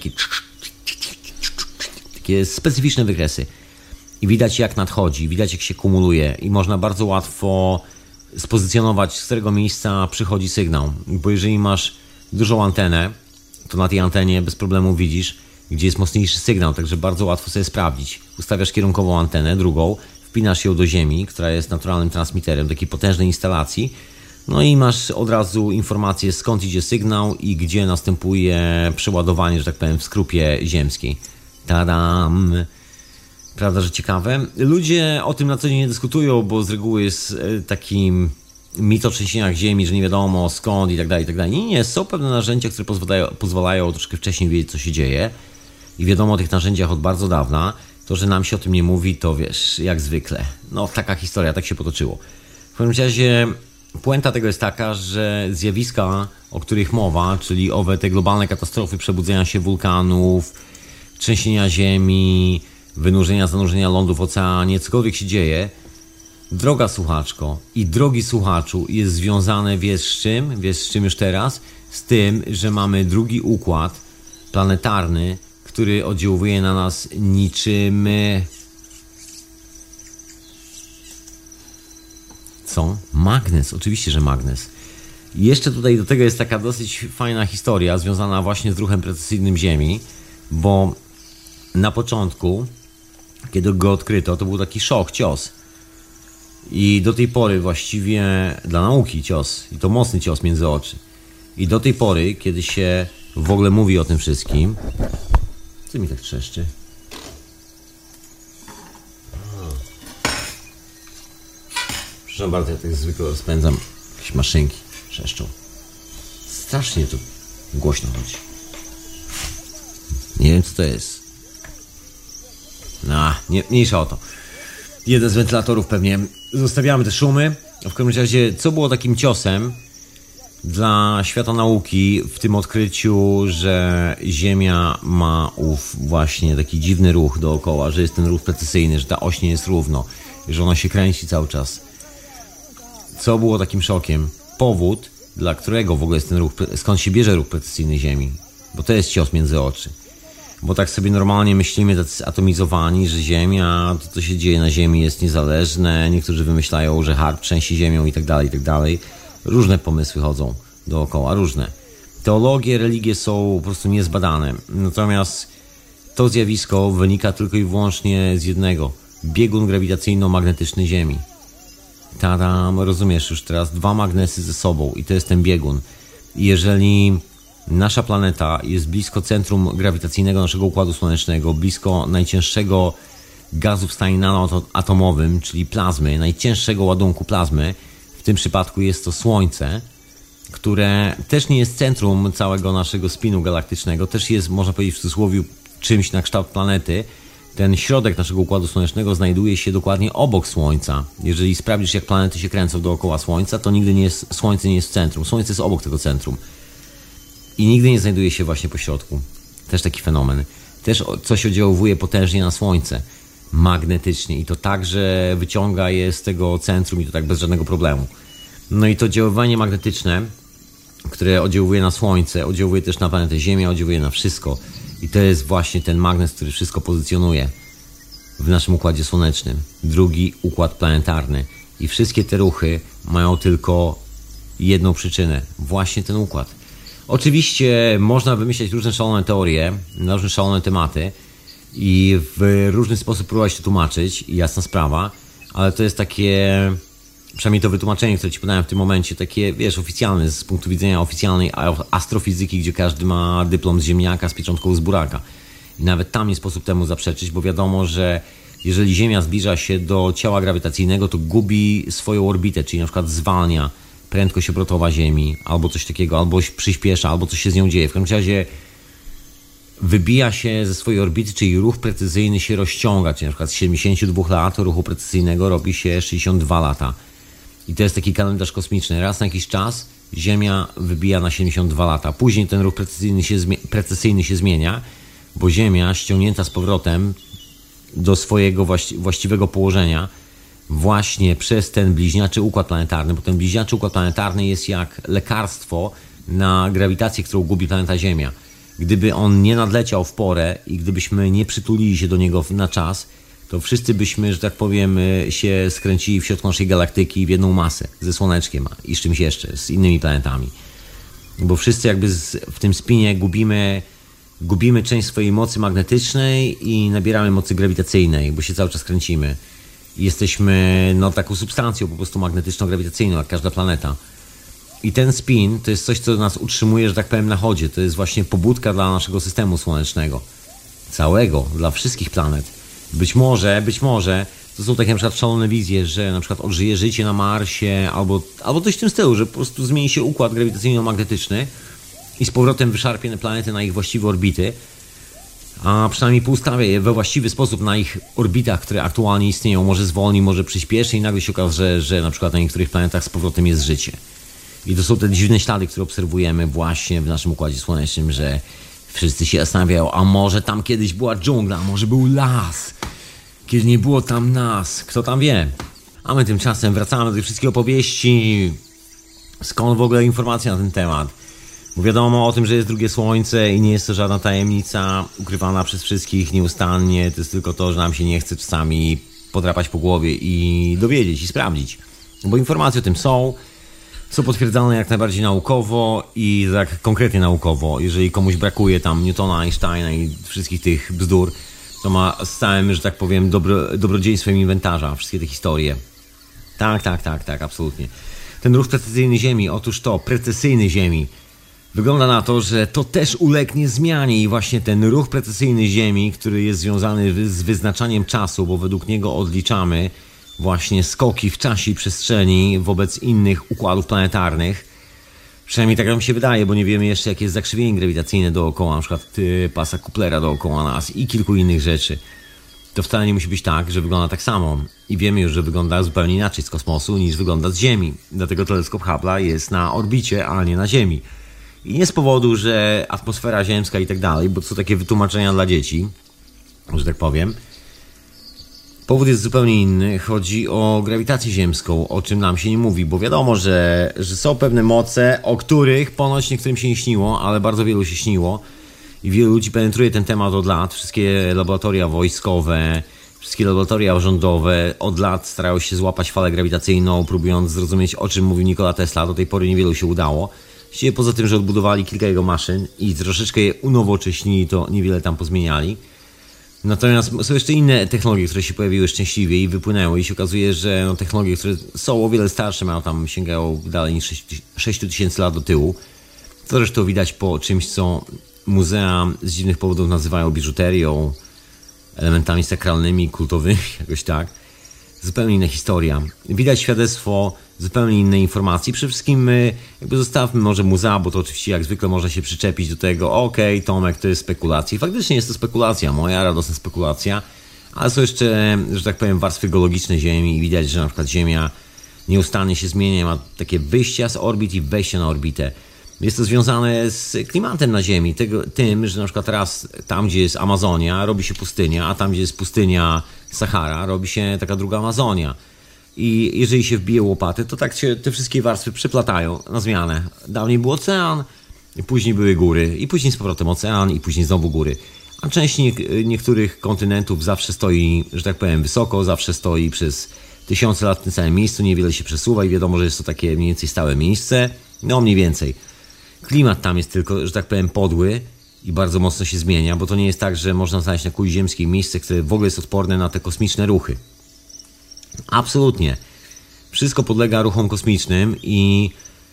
takie specyficzne wykresy. I widać, jak nadchodzi, widać, jak się kumuluje i można bardzo łatwo spozycjonować, z którego miejsca przychodzi sygnał. Bo jeżeli masz dużą antenę, to na tej antenie bez problemu widzisz, gdzie jest mocniejszy sygnał, także bardzo łatwo sobie sprawdzić. Ustawiasz kierunkową antenę, drugą, wpinasz ją do Ziemi, która jest naturalnym transmiterem takiej potężnej instalacji, no i masz od razu informację, skąd idzie sygnał i gdzie następuje przeładowanie, że tak powiem, w skrupie ziemskiej. Tadam! Prawda, że ciekawe? Ludzie o tym na co dzień nie dyskutują, bo z reguły jest taki mit o trzęsieniach Ziemi, że nie wiadomo skąd i tak dalej, i tak dalej. Nie, są pewne narzędzia, które pozwalają troszkę wcześniej wiedzieć, co się dzieje i wiadomo o tych narzędziach od bardzo dawna. To, że nam się o tym nie mówi, to wiesz, jak zwykle. No, taka historia, tak się potoczyło. W każdym razie puenta tego jest taka, że zjawiska, o których mowa, czyli te globalne katastrofy, przebudzenia się wulkanów, trzęsienia Ziemi, wynurzenia, zanurzenia lądu w oceanie, cokolwiek się dzieje, droga słuchaczko i drogi słuchaczu, jest związane, wiesz z czym już teraz? Z tym, że mamy drugi układ planetarny, który oddziałuje na nas niczym... Co? Magnes, oczywiście, że magnes. I jeszcze tutaj do tego jest taka dosyć fajna historia związana właśnie z ruchem precesyjnym Ziemi, bo na początku, kiedy go odkryto, to był taki szok, cios. I do tej pory właściwie dla nauki cios, i to mocny cios między oczy. I do tej pory, kiedy się w ogóle mówi o tym wszystkim... Co mi tak trzeszczy? Przepraszam bardzo, ja tak zwykle rozpędzam jakieś maszynki, trzeszczą. Strasznie to głośno chodzi. Nie wiem, co to jest. Mniejsza o to. Jeden z wentylatorów pewnie. Zostawiamy te szumy. W każdym razie, co było takim ciosem dla świata nauki w tym odkryciu, że Ziemia ma właśnie taki dziwny ruch dookoła, że jest ten ruch precesyjny, że ta oś nie jest równo, że ona się kręci cały czas. Co było takim szokiem? Powód, dla którego w ogóle jest ten ruch, skąd się bierze ruch precesyjny Ziemi? Bo to jest cios między oczy. Bo tak sobie normalnie myślimy, tacy zatomizowani, że Ziemia, to co się dzieje na Ziemi jest niezależne. Niektórzy wymyślają, że hard trzęsie Ziemią i tak dalej, i tak dalej. Różne pomysły chodzą dookoła, różne. Teologie, religie są po prostu niezbadane. Natomiast to zjawisko wynika tylko i wyłącznie z jednego. Biegun grawitacyjno-magnetyczny Ziemi. Tadam, rozumiesz już teraz, dwa magnesy ze sobą i to jest ten biegun. I jeżeli nasza planeta jest blisko centrum grawitacyjnego naszego Układu Słonecznego, blisko najcięższego gazu w stanie nanoatomowym, czyli plazmy, najcięższego ładunku plazmy, w tym przypadku jest to Słońce, które też nie jest centrum całego naszego spinu galaktycznego, też jest, można powiedzieć w cudzysłowie, czymś na kształt planety. Ten środek naszego Układu Słonecznego znajduje się dokładnie obok Słońca. Jeżeli sprawdzisz, jak planety się kręcą dookoła Słońca, to nigdy nie jest, Słońce nie jest w centrum. Słońce jest obok tego centrum. I nigdy nie znajduje się właśnie po środku. Też taki fenomen. Też coś oddziałuje potężnie na Słońce. Magnetycznie. I to tak, że wyciąga je z tego centrum i to tak bez żadnego problemu. No i to oddziaływanie magnetyczne, które oddziałuje na Słońce, oddziałuje też na planetę Ziemię, oddziałuje na wszystko. I to jest właśnie ten magnes, który wszystko pozycjonuje w naszym Układzie Słonecznym. Drugi układ planetarny. I wszystkie te ruchy mają tylko jedną przyczynę. Właśnie ten układ. Oczywiście można wymyślać różne szalone teorie na różne szalone tematy i w różny sposób próbować to tłumaczyć, jasna sprawa, ale to jest takie, przynajmniej to wytłumaczenie, które ci podałem w tym momencie, takie, wiesz, oficjalne, z punktu widzenia oficjalnej astrofizyki, gdzie każdy ma dyplom z ziemniaka z pieczątką z buraka. I nawet tam nie sposób temu zaprzeczyć, bo wiadomo, że jeżeli Ziemia zbliża się do ciała grawitacyjnego, to gubi swoją orbitę, czyli na przykład zwalnia prędkość obrotowa Ziemi, albo coś takiego, albo przyspiesza, albo coś się z nią dzieje. W każdym razie wybija się ze swojej orbity, czyli ruch precyzyjny się rozciąga, czyli na przykład z 72 lat ruchu precyzyjnego robi się 62 lata. I to jest taki kalendarz kosmiczny. Raz na jakiś czas Ziemia wybija na 72 lata. Później ten ruch precesyjny się zmienia, bo Ziemia ściągnięta z powrotem do swojego właściwego położenia właśnie przez ten bliźniaczy układ planetarny, bo ten bliźniaczy układ planetarny jest jak lekarstwo na grawitację, którą gubi planeta Ziemia. Gdyby on nie nadleciał w porę i gdybyśmy nie przytulili się do niego na czas, to wszyscy byśmy, że tak powiem, się skręcili w środku naszej galaktyki w jedną masę ze Słoneczkiem i z czymś jeszcze, z innymi planetami. Bo wszyscy jakby w tym spinie gubimy część swojej mocy magnetycznej i nabieramy mocy grawitacyjnej, bo się cały czas kręcimy. I jesteśmy taką substancją po prostu magnetyczno-grawitacyjną, jak każda planeta. I ten spin to jest coś, co nas utrzymuje, że tak powiem, na chodzie. To jest właśnie pobudka dla naszego systemu słonecznego. Całego, dla wszystkich planet. Być może to są takie na przykład szalone wizje, że na przykład odżyje życie na Marsie albo coś w tym stylu, że po prostu zmieni się układ grawitacyjno-magnetyczny i z powrotem wyszarpie planety na ich właściwe orbity, a przynajmniej poustawia je we właściwy sposób na ich orbitach, które aktualnie istnieją. Może zwolni, może przyspieszy i nagle się okaże, że na przykład na niektórych planetach z powrotem jest życie. I to są te dziwne ślady, które obserwujemy właśnie w naszym Układzie Słonecznym, że wszyscy się zastanawiają, a może tam kiedyś była dżungla, a może był las, kiedy nie było tam nas, kto tam wie. A my tymczasem wracamy do tych wszystkich opowieści. Skąd w ogóle informacja na ten temat? Bo wiadomo o tym, że jest drugie słońce i nie jest to żadna tajemnica ukrywana przez wszystkich nieustannie. To jest tylko to, że nam się nie chce czasami podrapać po głowie i dowiedzieć i sprawdzić. Bo informacje o tym są potwierdzane jak najbardziej naukowo i tak konkretnie naukowo. Jeżeli komuś brakuje tam Newtona, Einsteina i wszystkich tych bzdur, to ma z całym, że tak powiem, dobrodziejstwem inwentarza wszystkie te historie. Tak, absolutnie. Ten ruch precesyjny Ziemi, otóż to, precesyjny Ziemi, wygląda na to, że to też ulegnie zmianie i właśnie ten ruch precesyjny Ziemi, który jest związany z wyznaczaniem czasu, bo według niego odliczamy właśnie skoki w czasie i przestrzeni wobec innych układów planetarnych. Przynajmniej tak nam się wydaje, bo nie wiemy jeszcze, jakie jest zakrzywienie grawitacyjne dookoła, na przykład pasa Kuplera dookoła nas i kilku innych rzeczy. To wcale nie musi być tak, że wygląda tak samo. I wiemy już, że wygląda zupełnie inaczej z kosmosu niż wygląda z Ziemi. Dlatego teleskop Hubble'a jest na orbicie, a nie na Ziemi. I nie z powodu, że atmosfera ziemska i tak dalej, bo to są takie wytłumaczenia dla dzieci, że tak powiem. Powód jest zupełnie inny. Chodzi o grawitację ziemską, o czym nam się nie mówi, bo wiadomo, że są pewne moce, o których ponoć niektórym się nie śniło, ale bardzo wielu się śniło. I wielu ludzi penetruje ten temat od lat. Wszystkie laboratoria wojskowe, wszystkie laboratoria rządowe od lat starają się złapać falę grawitacyjną, próbując zrozumieć, o czym mówił Nikola Tesla. Do tej pory niewielu się udało. Poza tym, że odbudowali kilka jego maszyn i troszeczkę je unowocześnili, to niewiele tam pozmieniali. Natomiast są jeszcze inne technologie, które się pojawiły szczęśliwie i wypłynęły i się okazuje, że technologie, które są o wiele starsze, sięgają dalej niż 6000 lat do tyłu. To zresztą widać po czymś, co muzea z dziwnych powodów nazywają biżuterią, elementami sakralnymi, kultowymi, jakoś tak. Zupełnie inna historia. Widać świadectwo zupełnie innej informacji. Przede wszystkim jakby zostawmy może muzea, bo to oczywiście jak zwykle można się przyczepić do tego, okej, Tomek, to jest spekulacja. I faktycznie jest to spekulacja, moja radosna spekulacja, ale są jeszcze, że tak powiem, warstwy geologiczne Ziemi i widać, że na przykład Ziemia nieustannie się zmienia, ma takie wyjścia z orbit i wejścia na orbitę. Jest to związane z klimatem na Ziemi, tym, że na przykład teraz tam, gdzie jest Amazonia, robi się pustynia, a tam, gdzie jest pustynia Sahara, robi się taka druga Amazonia. I jeżeli się wbije łopaty, to tak się te wszystkie warstwy przeplatają na zmianę. Dawniej był ocean, później były góry, i później z powrotem ocean, i później znowu góry. A część niektórych kontynentów zawsze stoi, że tak powiem, wysoko, zawsze stoi przez tysiące lat w tym samym miejscu, niewiele się przesuwa i wiadomo, że jest to takie mniej więcej stałe miejsce. No mniej więcej. Klimat tam jest tylko, że tak powiem, podły i bardzo mocno się zmienia, bo to nie jest tak, że można znaleźć na kuli ziemskiej miejsce, które w ogóle jest odporne na te kosmiczne ruchy. Absolutnie. Wszystko podlega ruchom kosmicznym i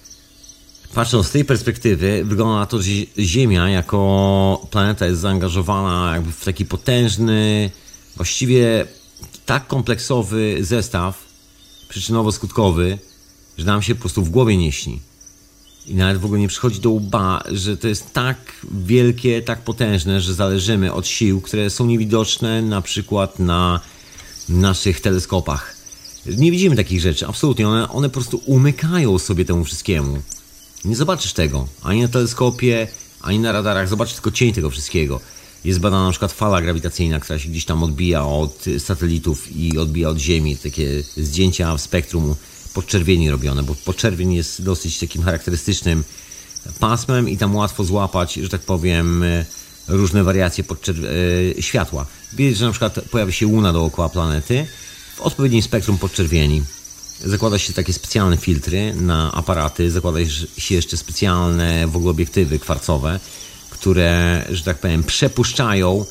patrząc z tej perspektywy, wygląda na to, że Ziemia jako planeta jest zaangażowana jakby w taki potężny, właściwie tak kompleksowy zestaw przyczynowo-skutkowy, że nam się po prostu w głowie nie śni. I nawet w ogóle nie przychodzi do łba, że to jest tak wielkie, tak potężne, że zależymy od sił, które są niewidoczne na przykład na naszych teleskopach. Nie widzimy takich rzeczy, absolutnie. One po prostu umykają sobie temu wszystkiemu. Nie zobaczysz tego ani na teleskopie, ani na radarach. Zobaczysz tylko cień tego wszystkiego. Jest badana na przykład fala grawitacyjna, która się gdzieś tam odbija od satelitów i odbija od Ziemi. Takie zdjęcia w spektrum podczerwieni robione, bo podczerwień jest dosyć takim charakterystycznym pasmem i tam łatwo złapać, że tak powiem, różne wariacje światła. Widać, że na przykład pojawia się Luna dookoła planety w odpowiednim spektrum podczerwieni. Zakłada się takie specjalne filtry na aparaty, zakłada się jeszcze specjalne w ogóle obiektywy kwarcowe, które, że tak powiem, przepuszczają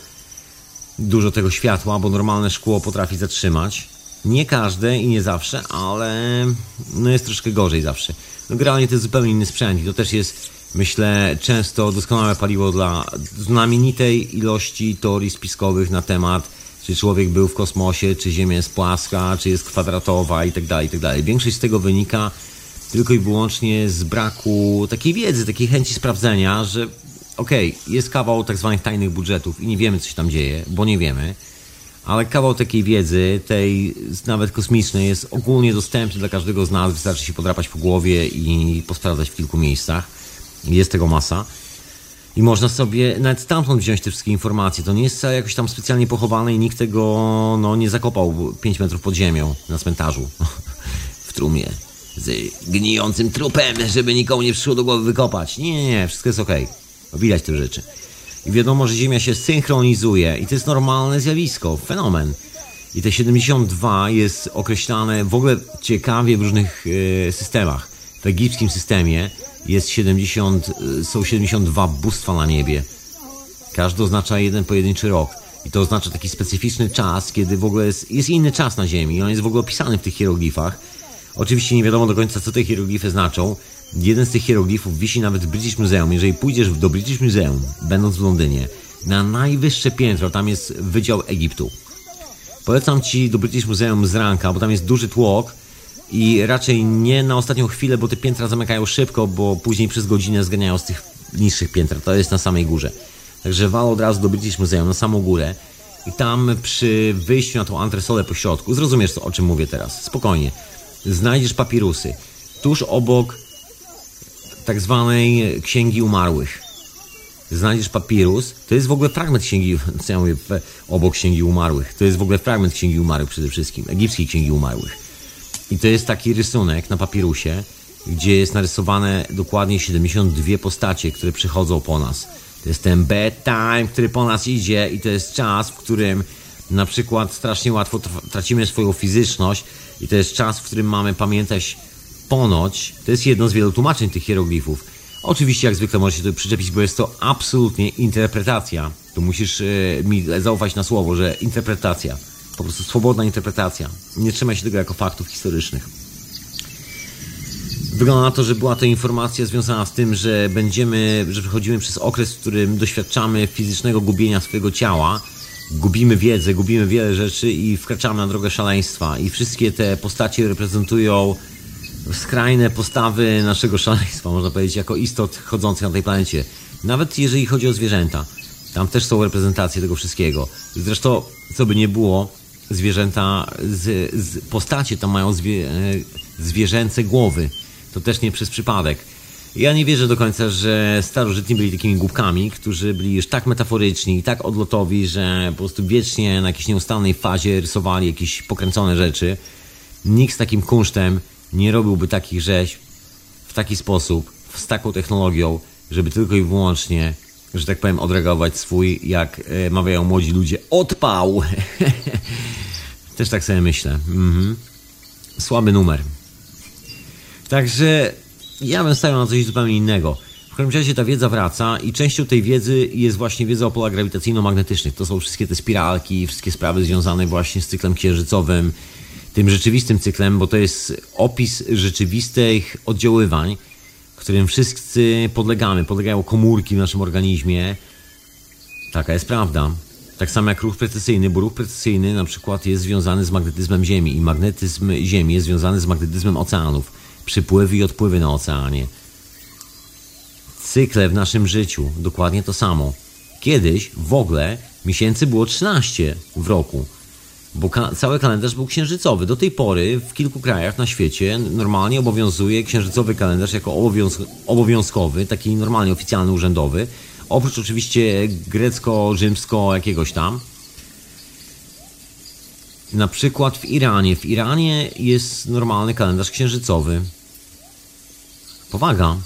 dużo tego światła, bo normalne szkło potrafi zatrzymać. Nie każde i nie zawsze, ale no jest troszkę gorzej zawsze. No generalnie to jest zupełnie inny sprzęt i to też jest, myślę, często doskonałe paliwo dla znamienitej ilości teorii spiskowych na temat, czy człowiek był w kosmosie, czy Ziemia jest płaska, czy jest kwadratowa itd., itd. Większość z tego wynika tylko i wyłącznie z braku takiej wiedzy, takiej chęci sprawdzenia, że jest kawał tak zwanych tajnych budżetów i nie wiemy, co się tam dzieje, bo nie wiemy, ale kawał takiej wiedzy, tej nawet kosmicznej, jest ogólnie dostępny dla każdego z nas. Wystarczy się podrapać po głowie i posprawdzać w kilku miejscach. Jest tego masa. I można sobie nawet stamtąd wziąć te wszystkie informacje. To nie jest jakoś tam specjalnie pochowane i nikt tego nie zakopał 5 metrów pod ziemią na cmentarzu w trumnie z gnijącym trupem, żeby nikomu nie przyszło do głowy wykopać. Nie, wszystko jest okej. Widać te rzeczy. I wiadomo, że Ziemia się synchronizuje i to jest normalne zjawisko, fenomen. I te 72 jest określane w ogóle ciekawie w różnych systemach. W egipskim systemie jest są 72 bóstwa na niebie. Każdy oznacza jeden pojedynczy rok. I to oznacza taki specyficzny czas, kiedy w ogóle jest inny czas na Ziemi. I on jest w ogóle opisany w tych hieroglifach. Oczywiście nie wiadomo do końca, co te hieroglify znaczą. Jeden z tych hieroglifów wisi nawet w British Museum. Jeżeli pójdziesz do British Museum, będąc w Londynie, na najwyższe piętro, tam jest Wydział Egiptu. Polecam Ci do British Museum z ranka, bo tam jest duży tłok i raczej nie na ostatnią chwilę, bo te piętra zamykają szybko, bo później przez godzinę zganiają z tych niższych pięter. To jest na samej górze. Także wal od razu do British Museum, na samą górę. I tam przy wyjściu na tą antresolę po środku, zrozumiesz, o czym mówię teraz, spokojnie, znajdziesz papirusy. Tuż obok tak zwanej Księgi Umarłych. Znajdziesz papirus, to jest w ogóle fragment księgi, co ja mówię, obok Księgi Umarłych. To jest w ogóle fragment Księgi Umarłych przede wszystkim, egipskiej Księgi Umarłych. I to jest taki rysunek na papirusie, gdzie jest narysowane dokładnie 72 postacie, które przychodzą po nas. To jest ten bedtime, który po nas idzie i to jest czas, w którym na przykład strasznie łatwo tracimy swoją fizyczność i to jest czas, w którym mamy pamiętać ponoć, to jest jedno z wielu tłumaczeń tych hieroglifów. Oczywiście jak zwykle możesz się to przyczepić, bo jest to absolutnie interpretacja. Tu musisz mi zaufać na słowo, że interpretacja. Po prostu swobodna interpretacja. Nie trzymaj się tego jako faktów historycznych. Wygląda na to, że była to informacja związana z tym, że przechodzimy przez okres, w którym doświadczamy fizycznego gubienia swojego ciała, gubimy wiedzę, gubimy wiele rzeczy i wkraczamy na drogę szaleństwa. I wszystkie te postacie reprezentują skrajne postawy naszego szaleństwa, można powiedzieć, jako istot chodzących na tej planecie. Nawet jeżeli chodzi o zwierzęta. Tam też są reprezentacje tego wszystkiego. Zresztą, co by nie było, zwierzęta, postacie tam mają zwierzęce głowy. To też nie przez przypadek. Ja nie wierzę do końca, że starożytni byli takimi głupkami, którzy byli już tak metaforyczni i tak odlotowi, że po prostu wiecznie na jakiejś nieustannej fazie rysowali jakieś pokręcone rzeczy. Nikt z takim kunsztem nie robiłby takich rzeźb w taki sposób, z taką technologią, żeby tylko i wyłącznie, że tak powiem, odreagować swój, jak mawiają młodzi ludzie, odpał. Też tak sobie myślę. Słaby numer. Także ja bym stawiał na coś zupełnie innego. W każdym razie ta wiedza wraca i częścią tej wiedzy jest właśnie wiedza o polach grawitacyjno-magnetycznych. To są wszystkie te spiralki, wszystkie sprawy związane właśnie z cyklem księżycowym, tym rzeczywistym cyklem, bo to jest opis rzeczywistych oddziaływań, którym wszyscy podlegają komórki w naszym organizmie. Taka jest prawda. Tak samo jak ruch precesyjny, bo ruch precesyjny na przykład jest związany z magnetyzmem Ziemi i magnetyzm Ziemi jest związany z magnetyzmem oceanów. Przypływy i odpływy na oceanie. Cykle w naszym życiu, dokładnie to samo. Kiedyś w ogóle miesięcy było 13 w roku, bo cały kalendarz był księżycowy. Do tej pory w kilku krajach na świecie normalnie obowiązuje księżycowy kalendarz jako obowiązkowy, taki normalnie oficjalny, urzędowy. Oprócz oczywiście grecko-rzymsko jakiegoś tam. Na przykład w Iranie. W Iranie jest normalny kalendarz księżycowy. Powaga.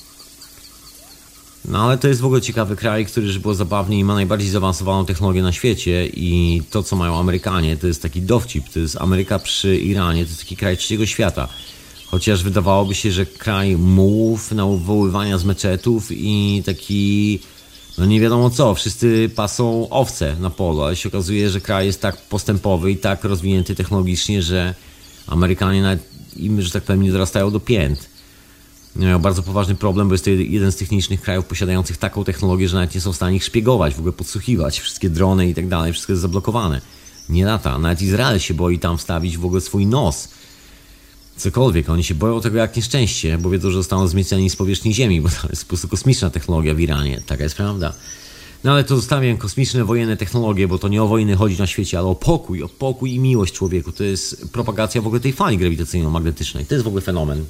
No ale to jest w ogóle ciekawy kraj, który, żeby było zabawniej, i ma najbardziej zaawansowaną technologię na świecie i to, co mają Amerykanie, to jest taki dowcip. To jest Ameryka przy Iranie, to jest taki kraj trzeciego świata. Chociaż wydawałoby się, że kraj mułów, nawoływania z meczetów i taki, no nie wiadomo co, wszyscy pasą owce na polu, ale się okazuje, że kraj jest tak postępowy i tak rozwinięty technologicznie, że Amerykanie nawet im, że tak powiem, nie dorastają do pięt. Miał bardzo poważny problem, bo jest to jeden z tych nielicznych krajów posiadających taką technologię, że nawet nie są w stanie ich szpiegować, w ogóle podsłuchiwać. Wszystkie drony i tak dalej, wszystko jest zablokowane. Nie lata. Nawet Izrael się boi tam wstawić w ogóle swój nos. Cokolwiek. Oni się boją tego jak nieszczęście, bo wiedzą, że zostaną zmiecieni z powierzchni Ziemi, bo to jest po prostu kosmiczna technologia w Iranie. Taka jest prawda. No ale to zostawiam kosmiczne, wojenne technologie, bo to nie o wojny chodzi na świecie, ale o pokój i miłość człowieku. To jest propagacja w ogóle tej fali grawitacyjno-magnetycznej. To jest w ogóle fenomen.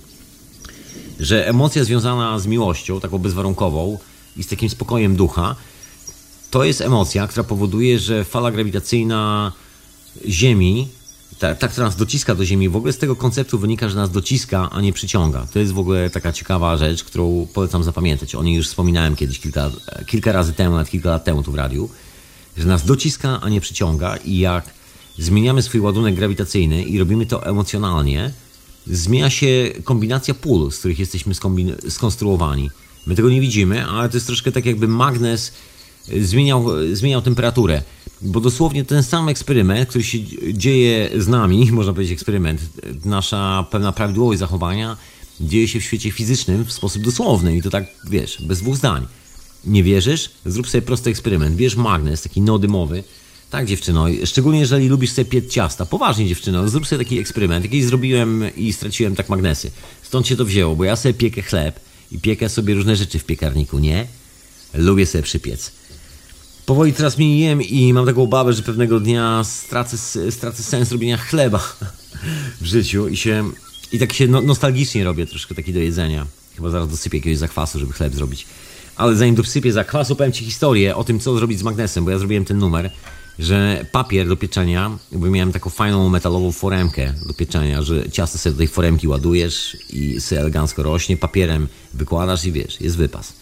Że emocja związana z miłością, taką bezwarunkową i z takim spokojem ducha, to jest emocja, która powoduje, że fala grawitacyjna Ziemi, ta, która nas dociska do Ziemi, w ogóle z tego konceptu wynika, że nas dociska, a nie przyciąga. To jest w ogóle taka ciekawa rzecz, którą polecam zapamiętać. O niej już wspominałem kiedyś, kilka razy temu, nawet kilka lat temu tu w radiu, że nas dociska, a nie przyciąga i jak zmieniamy swój ładunek grawitacyjny i robimy to emocjonalnie, zmienia się kombinacja pól, z których jesteśmy skonstruowani. My tego nie widzimy, ale to jest troszkę tak, jakby magnes zmieniał temperaturę. Bo dosłownie ten sam eksperyment, który się dzieje z nami, można powiedzieć eksperyment, nasza pewna prawidłowość zachowania dzieje się w świecie fizycznym w sposób dosłowny i to tak, wiesz, bez dwóch zdań. Nie wierzysz? Zrób sobie prosty eksperyment. Bierz magnes, taki neodymowy. Tak, dziewczyno, szczególnie jeżeli lubisz sobie piec ciasta. Poważnie, dziewczyno, zrób sobie taki eksperyment. Jakiś zrobiłem i straciłem tak magnesy. Stąd się to wzięło, bo ja sobie piekę chleb i piekę sobie różne rzeczy w piekarniku, nie? Lubię sobie przypiec. Powoli teraz mniej jem i mam taką obawę, że pewnego dnia stracę sens robienia chleba w życiu i tak się nostalgicznie robię troszkę taki do jedzenia. Chyba zaraz dosypię jakiegoś zakwasu, żeby chleb zrobić. Ale zanim dosypię zakwasu, powiem Ci historię o tym, co zrobić z magnesem, bo ja zrobiłem ten numer, że papier do pieczenia, bo miałem taką fajną metalową foremkę do pieczenia, że ciasto sobie do tej foremki ładujesz i sobie elegancko rośnie, papierem wykładasz i wiesz, jest wypas.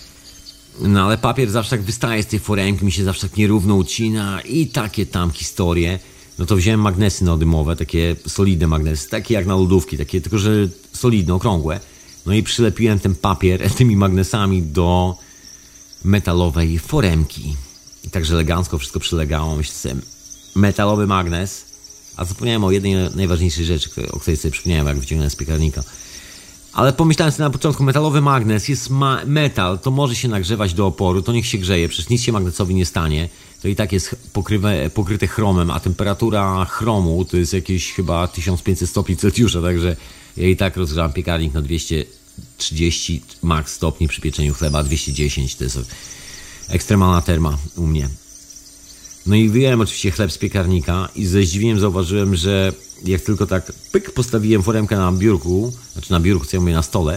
No ale papier zawsze tak wystaje z tej foremki, mi się zawsze tak nierówno ucina i takie tam historie. No to wziąłem magnesy neodymowe, takie solidne magnesy, takie jak na lodówki, takie tylko że solidne, okrągłe. No i przylepiłem ten papier tymi magnesami do metalowej foremki. I także elegancko wszystko przylegało. Myślę sobie, metalowy magnes. A zapomniałem o jednej najważniejszej rzeczy, o której sobie przypomniałem, jak wyciągnąłem z piekarnika. Ale pomyślałem sobie na początku, metalowy magnes jest metal, to może się nagrzewać do oporu, to niech się grzeje, przecież nic się magnesowi nie stanie. To i tak jest pokryte chromem, a temperatura chromu to jest jakieś chyba 1500 stopni Celsjusza, także ja i tak rozgrzałem piekarnik na 230 max stopni przy pieczeniu chleba, 210 to jest ekstremalna terma u mnie. No i wyjąłem oczywiście chleb z piekarnika i ze zdziwieniem zauważyłem, że jak tylko tak pyk postawiłem foremkę na biurku, znaczy na biurku, co ja mówię, na stole,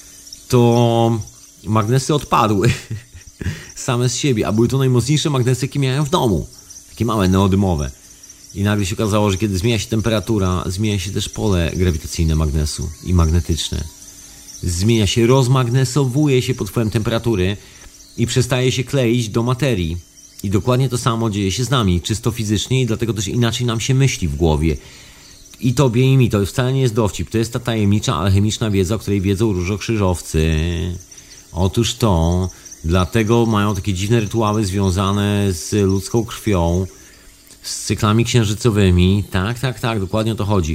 to magnesy odpadły same z siebie, a były to najmocniejsze magnesy, jakie miałem w domu. Takie małe, neodymowe. I nagle się okazało, że kiedy zmienia się temperatura, zmienia się też pole grawitacyjne magnesu i magnetyczne. Zmienia się, rozmagnesowuje się pod wpływem temperatury i przestaje się kleić do materii. I dokładnie to samo dzieje się z nami, czysto fizycznie i dlatego też inaczej nam się myśli w głowie. I tobie i mi, to wcale nie jest dowcip, to jest ta tajemnicza alchemiczna wiedza, o której wiedzą różokrzyżowcy. Otóż to, dlatego mają takie dziwne rytuały związane z ludzką krwią, z cyklami księżycowymi. Tak, dokładnie o to chodzi.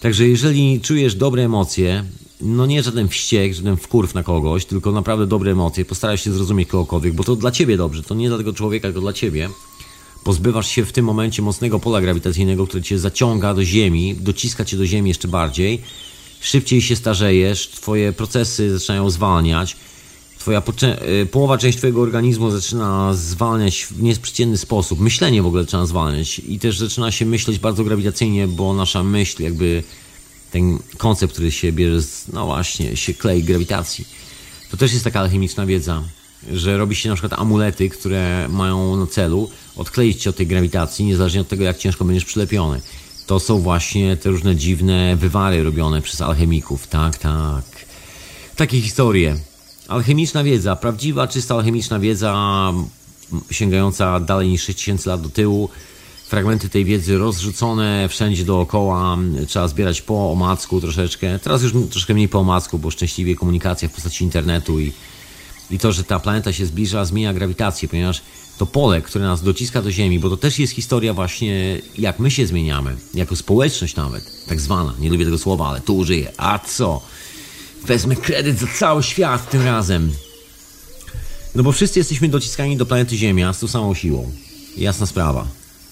Także jeżeli czujesz dobre emocje, no nie żaden wściek, żaden wkurw na kogoś, tylko naprawdę dobre emocje, postaraj się zrozumieć kogokolwiek, bo to dla ciebie dobrze, to nie dla tego człowieka, tylko dla ciebie. Pozbywasz się w tym momencie mocnego pola grawitacyjnego, które cię zaciąga do ziemi, dociska cię do ziemi jeszcze bardziej. Szybciej się starzejesz, twoje procesy zaczynają zwalniać, połowa część twojego organizmu zaczyna zwalniać w niesprzeciętny sposób. Myślenie w ogóle zaczyna zwalniać i też zaczyna się myśleć bardzo grawitacyjnie, bo nasza myśl, jakby ten koncept, który się bierze no właśnie, się klei grawitacji. To też jest taka alchemiczna wiedza, że robi się na przykład amulety, które mają na celu odkleić cię od tej grawitacji, niezależnie od tego, jak ciężko będziesz przylepiony. To są właśnie te różne dziwne wywary robione przez alchemików. Tak. Takie historie. Alchemiczna wiedza, prawdziwa, czysta alchemiczna wiedza, sięgająca dalej niż 6000 lat do tyłu. Fragmenty tej wiedzy rozrzucone wszędzie dookoła. Trzeba zbierać po omacku troszeczkę. Teraz już troszkę mniej po omacku, bo szczęśliwie komunikacja w postaci internetu i to, że ta planeta się zbliża, zmienia grawitację, ponieważ to pole, które nas dociska do Ziemi, bo to też jest historia właśnie, jak my się zmieniamy, jako społeczność nawet, tak zwana, nie lubię tego słowa, ale tu użyję. A co? Wezmę kredyt za cały świat tym razem. No bo wszyscy jesteśmy dociskani do planety Ziemia z tą samą siłą. Jasna sprawa.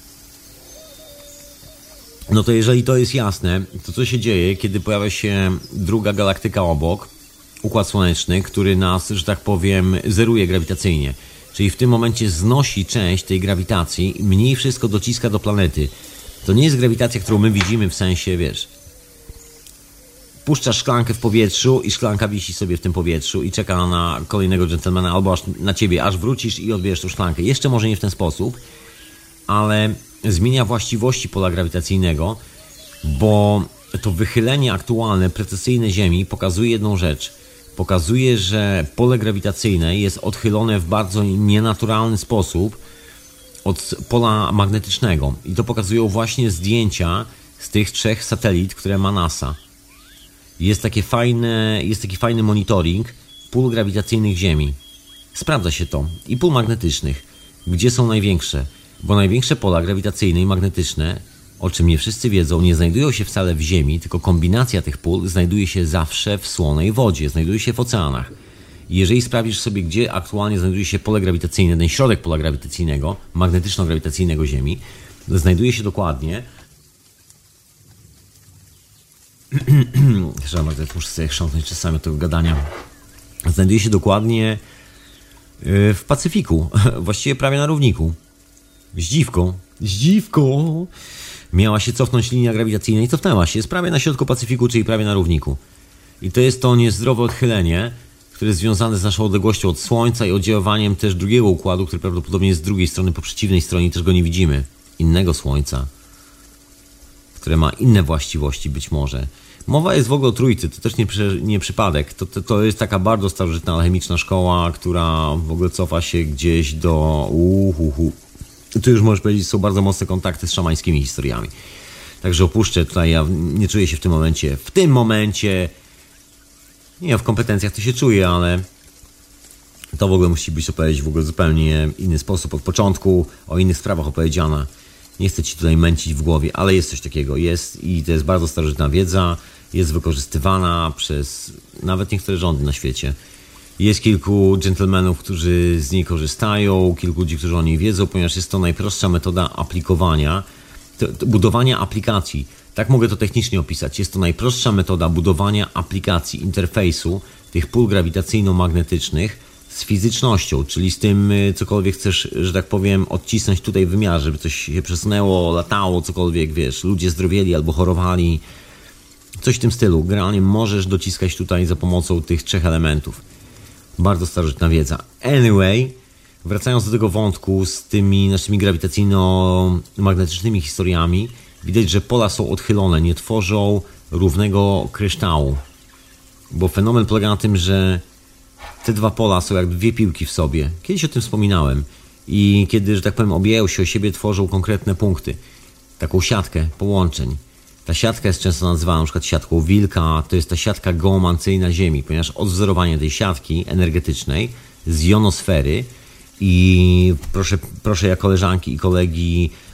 No to jeżeli to jest jasne, to co się dzieje, kiedy pojawia się druga galaktyka obok, Układ Słoneczny, który nas, że tak powiem, zeruje grawitacyjnie. Czyli w tym momencie znosi część tej grawitacji i mniej wszystko dociska do planety. To nie jest grawitacja, którą my widzimy w sensie, wiesz, puszczasz szklankę w powietrzu i szklanka wisi sobie w tym powietrzu i czeka na kolejnego dżentelmena albo aż na ciebie, aż wrócisz i odbierzesz tą szklankę. Jeszcze może nie w ten sposób, ale zmienia właściwości pola grawitacyjnego, bo to wychylenie aktualne, precesyjne Ziemi pokazuje jedną rzecz. Pokazuje, że pole grawitacyjne jest odchylone w bardzo nienaturalny sposób od pola magnetycznego. I to pokazują właśnie zdjęcia z tych 3 satelit, które ma NASA. Jest taki fajny monitoring pól grawitacyjnych Ziemi. Sprawdza się to. I pól magnetycznych. Gdzie są największe? Bo największe pola grawitacyjne i magnetyczne, o czym nie wszyscy wiedzą, nie znajdują się wcale w Ziemi, tylko kombinacja tych pól znajduje się zawsze w słonej wodzie, znajduje się w oceanach. I jeżeli sprawdzisz sobie, gdzie aktualnie znajduje się pole grawitacyjne, ten środek pola grawitacyjnego, magnetyczno-grawitacyjnego Ziemi, znajduje się dokładnie... Muszę sobie chrząknąć czasami od tego gadania. Znajduje się dokładnie w Pacyfiku, właściwie prawie na równiku. Zdziwko! Miała się cofnąć linia grawitacyjna i cofnęła się. Jest prawie na środku Pacyfiku, czyli prawie na równiku. I to jest to niezdrowe odchylenie, które jest związane z naszą odległością od Słońca i oddziaływaniem też drugiego układu, który prawdopodobnie jest z drugiej strony, po przeciwnej stronie i też go nie widzimy. Innego Słońca, które ma inne właściwości być może. Mowa jest w ogóle o Trójcy, to też nie przypadek. To jest taka bardzo starożytna alchemiczna szkoła, która w ogóle cofa się gdzieś do... Tu już możesz powiedzieć, są bardzo mocne kontakty z szamańskimi historiami. Także opuszczę tutaj, ja nie czuję się w tym momencie, nie, w kompetencjach to się czuję, ale to w ogóle musi być opowiedzieć w ogóle zupełnie inny sposób, od początku, o innych sprawach opowiedziana. Nie chcę ci tutaj męcić w głowie, ale jest coś takiego, jest i to jest bardzo starożytna wiedza, jest wykorzystywana przez nawet niektóre rządy na świecie. Jest kilku dżentelmenów, którzy z niej korzystają, kilku ludzi, którzy o niej wiedzą, ponieważ jest to najprostsza metoda aplikowania, budowania aplikacji. Tak mogę to technicznie opisać. Jest to najprostsza metoda budowania aplikacji, interfejsu tych pól grawitacyjno-magnetycznych z fizycznością, czyli z tym, cokolwiek chcesz, że tak powiem, odcisnąć tutaj w wymiarze, żeby coś się przesunęło, latało, cokolwiek, wiesz, ludzie zdrowieli albo chorowali. Coś w tym stylu. Generalnie możesz dociskać tutaj za pomocą tych 3 elementów. Bardzo starożytna wiedza. Anyway, wracając do tego wątku z tymi naszymi grawitacyjno-magnetycznymi historiami, widać, że pola są odchylone, nie tworzą równego kryształu. Bo fenomen polega na tym, że te 2 pola są jak 2 piłki w sobie. Kiedyś o tym wspominałem. I kiedy, że tak powiem, obijają się o siebie, tworzą konkretne punkty. Taką siatkę połączeń. Ta siatka jest często nazywana na przykład siatką wilka, to jest ta siatka geomancyjna Ziemi, ponieważ odwzorowanie tej siatki energetycznej z jonosfery i proszę ja koleżanki i kolegi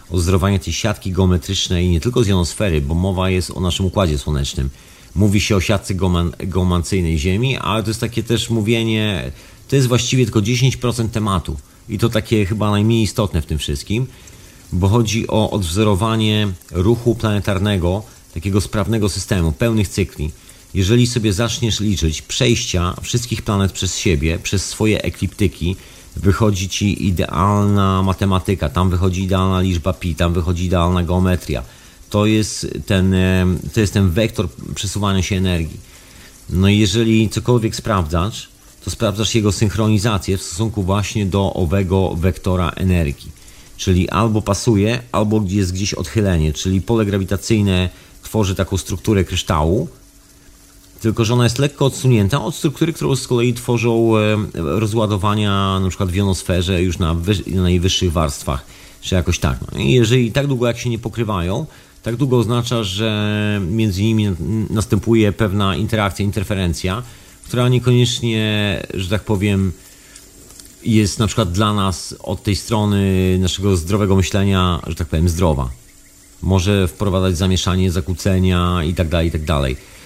odzorowania tej siatki geometrycznej, nie tylko z jonosfery, bo mowa jest o naszym Układzie Słonecznym. Mówi się o siatce geomancyjnej Ziemi, ale to jest takie też mówienie, to jest właściwie tylko 10% tematu. I to takie chyba najmniej istotne w tym wszystkim, bo chodzi o odwzorowanie ruchu planetarnego, takiego sprawnego systemu, pełnych cykli. Jeżeli sobie zaczniesz liczyć przejścia wszystkich planet przez siebie, przez swoje ekliptyki, wychodzi ci idealna matematyka, tam wychodzi idealna liczba pi, tam wychodzi idealna geometria. To jest ten wektor przesuwania się energii. No i jeżeli cokolwiek sprawdzasz, to sprawdzasz jego synchronizację w stosunku właśnie do owego wektora energii. Czyli albo pasuje, albo jest gdzieś odchylenie, czyli pole grawitacyjne tworzy taką strukturę kryształu, tylko że ona jest lekko odsunięta od struktury, którą z kolei tworzą rozładowania na przykład w jonosferze już na najwyższych warstwach, czy jakoś tak. No i jeżeli tak długo jak się nie pokrywają, tak długo oznacza, że między nimi następuje pewna interakcja, interferencja, która niekoniecznie, że tak powiem, jest na przykład dla nas od tej strony naszego zdrowego myślenia, że tak powiem, zdrowa. Może wprowadzać zamieszanie, zakłócenia itd., itd.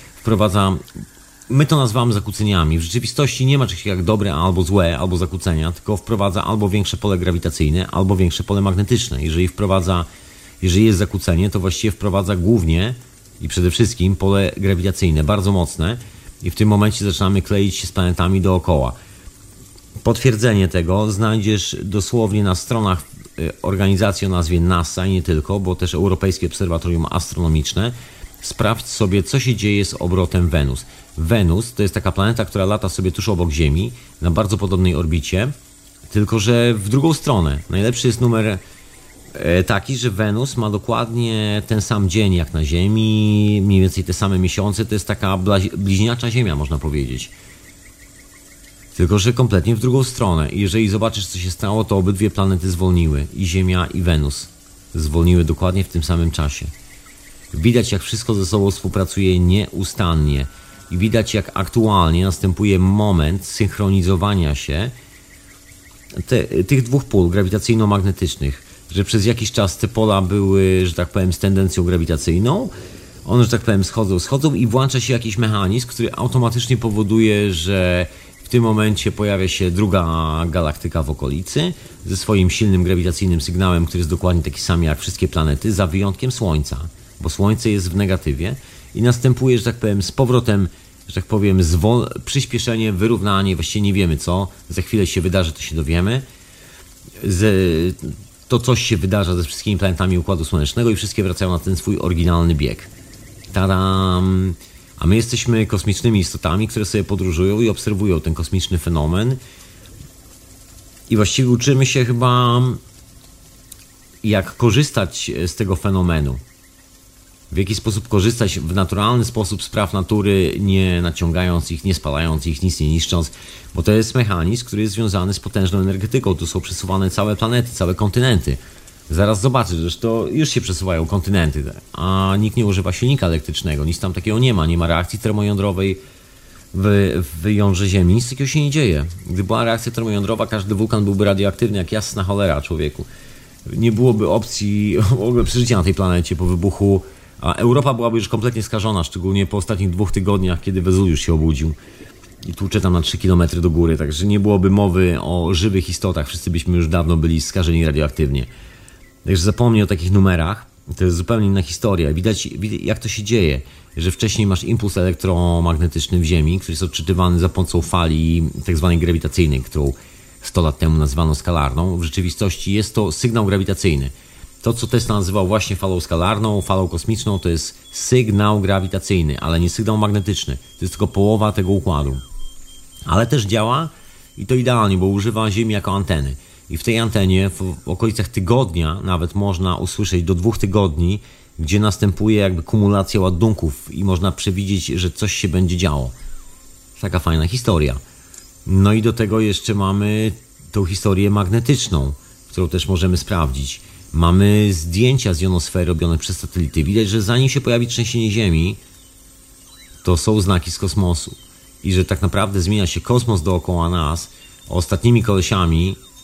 My to nazywamy zakłóceniami. W rzeczywistości nie ma czegoś jak dobre albo złe, albo zakłócenia, tylko wprowadza albo większe pole grawitacyjne, albo większe pole magnetyczne. Jeżeli jest zakłócenie, to właściwie wprowadza głównie i przede wszystkim pole grawitacyjne, bardzo mocne, i w tym momencie zaczynamy kleić się z planetami dookoła. Potwierdzenie tego znajdziesz dosłownie na stronach organizacji o nazwie NASA i nie tylko, bo też Europejskie Obserwatorium Astronomiczne. Sprawdź sobie, co się dzieje z obrotem Wenus. Wenus to jest taka planeta, która lata sobie tuż obok Ziemi, na bardzo podobnej orbicie, tylko że w drugą stronę. Najlepszy jest numer taki, że Wenus ma dokładnie ten sam dzień jak na Ziemi, mniej więcej te same miesiące, to jest taka bliźniacza Ziemia, można powiedzieć. Tylko że kompletnie w drugą stronę. I jeżeli zobaczysz, co się stało, to obydwie planety zwolniły. I Ziemia, i Wenus zwolniły dokładnie w tym samym czasie. Widać, jak wszystko ze sobą współpracuje nieustannie. I widać, jak aktualnie następuje moment synchronizowania się tych dwóch pól grawitacyjno-magnetycznych. Że przez jakiś czas te pola były, że tak powiem, z tendencją grawitacyjną. One, że tak powiem, schodzą i włącza się jakiś mechanizm, który automatycznie powoduje, że w tym momencie pojawia się druga galaktyka w okolicy ze swoim silnym grawitacyjnym sygnałem, który jest dokładnie taki sam jak wszystkie planety, za wyjątkiem Słońca, bo Słońce jest w negatywie i następuje, że tak powiem, z powrotem, że tak powiem, przyspieszenie, wyrównanie, właściwie nie wiemy co, za chwilę się wydarzy, to się dowiemy. To coś się wydarza ze wszystkimi planetami Układu Słonecznego i wszystkie wracają na ten swój oryginalny bieg. Tadam! A my jesteśmy kosmicznymi istotami, które sobie podróżują i obserwują ten kosmiczny fenomen. I właściwie uczymy się chyba, jak korzystać z tego fenomenu. W jaki sposób korzystać w naturalny sposób z praw natury, nie naciągając ich, nie spalając ich, nic nie niszcząc. Bo to jest mechanizm, który jest związany z potężną energetyką. Tu są przesuwane całe planety, całe kontynenty. Zaraz zobaczysz, zresztą już się przesuwają kontynenty, a nikt nie używa silnika elektrycznego, nic tam takiego nie ma reakcji termojądrowej w jądrze Ziemi, nic takiego się nie dzieje. Gdyby była reakcja termojądrowa, każdy wulkan byłby radioaktywny jak jasna cholera, człowieku. Nie byłoby opcji w ogóle przeżycia na tej planecie po wybuchu, a Europa byłaby już kompletnie skażona, szczególnie po ostatnich 2 tygodniach, kiedy Wezuwiusz się obudził i tłucze tam na 3 km do góry, także nie byłoby mowy o żywych istotach, wszyscy byśmy już dawno byli skażeni radioaktywnie. Także zapomnij o takich numerach, to jest zupełnie inna historia. Widać jak to się dzieje, że wcześniej masz impuls elektromagnetyczny w Ziemi, który jest odczytywany za pomocą fali tak zwanej grawitacyjnej, którą 100 lat temu nazwano skalarną. W rzeczywistości jest to sygnał grawitacyjny. To, co Tesla nazywał właśnie falą skalarną, falą kosmiczną, to jest sygnał grawitacyjny, ale nie sygnał magnetyczny. To jest tylko połowa tego układu. Ale też działa i to idealnie, bo używa Ziemi jako anteny. I w tej antenie w okolicach tygodnia nawet można usłyszeć do 2 tygodni, gdzie następuje jakby kumulacja ładunków i można przewidzieć, że coś się będzie działo. Taka fajna historia. No i do tego jeszcze mamy tą historię magnetyczną, którą też możemy sprawdzić. Mamy zdjęcia z jonosfery robione przez satelity. Widać, że zanim się pojawi trzęsienie Ziemi, to są znaki z kosmosu. I że tak naprawdę zmienia się kosmos dookoła nas. Ostatnimi kolesiami,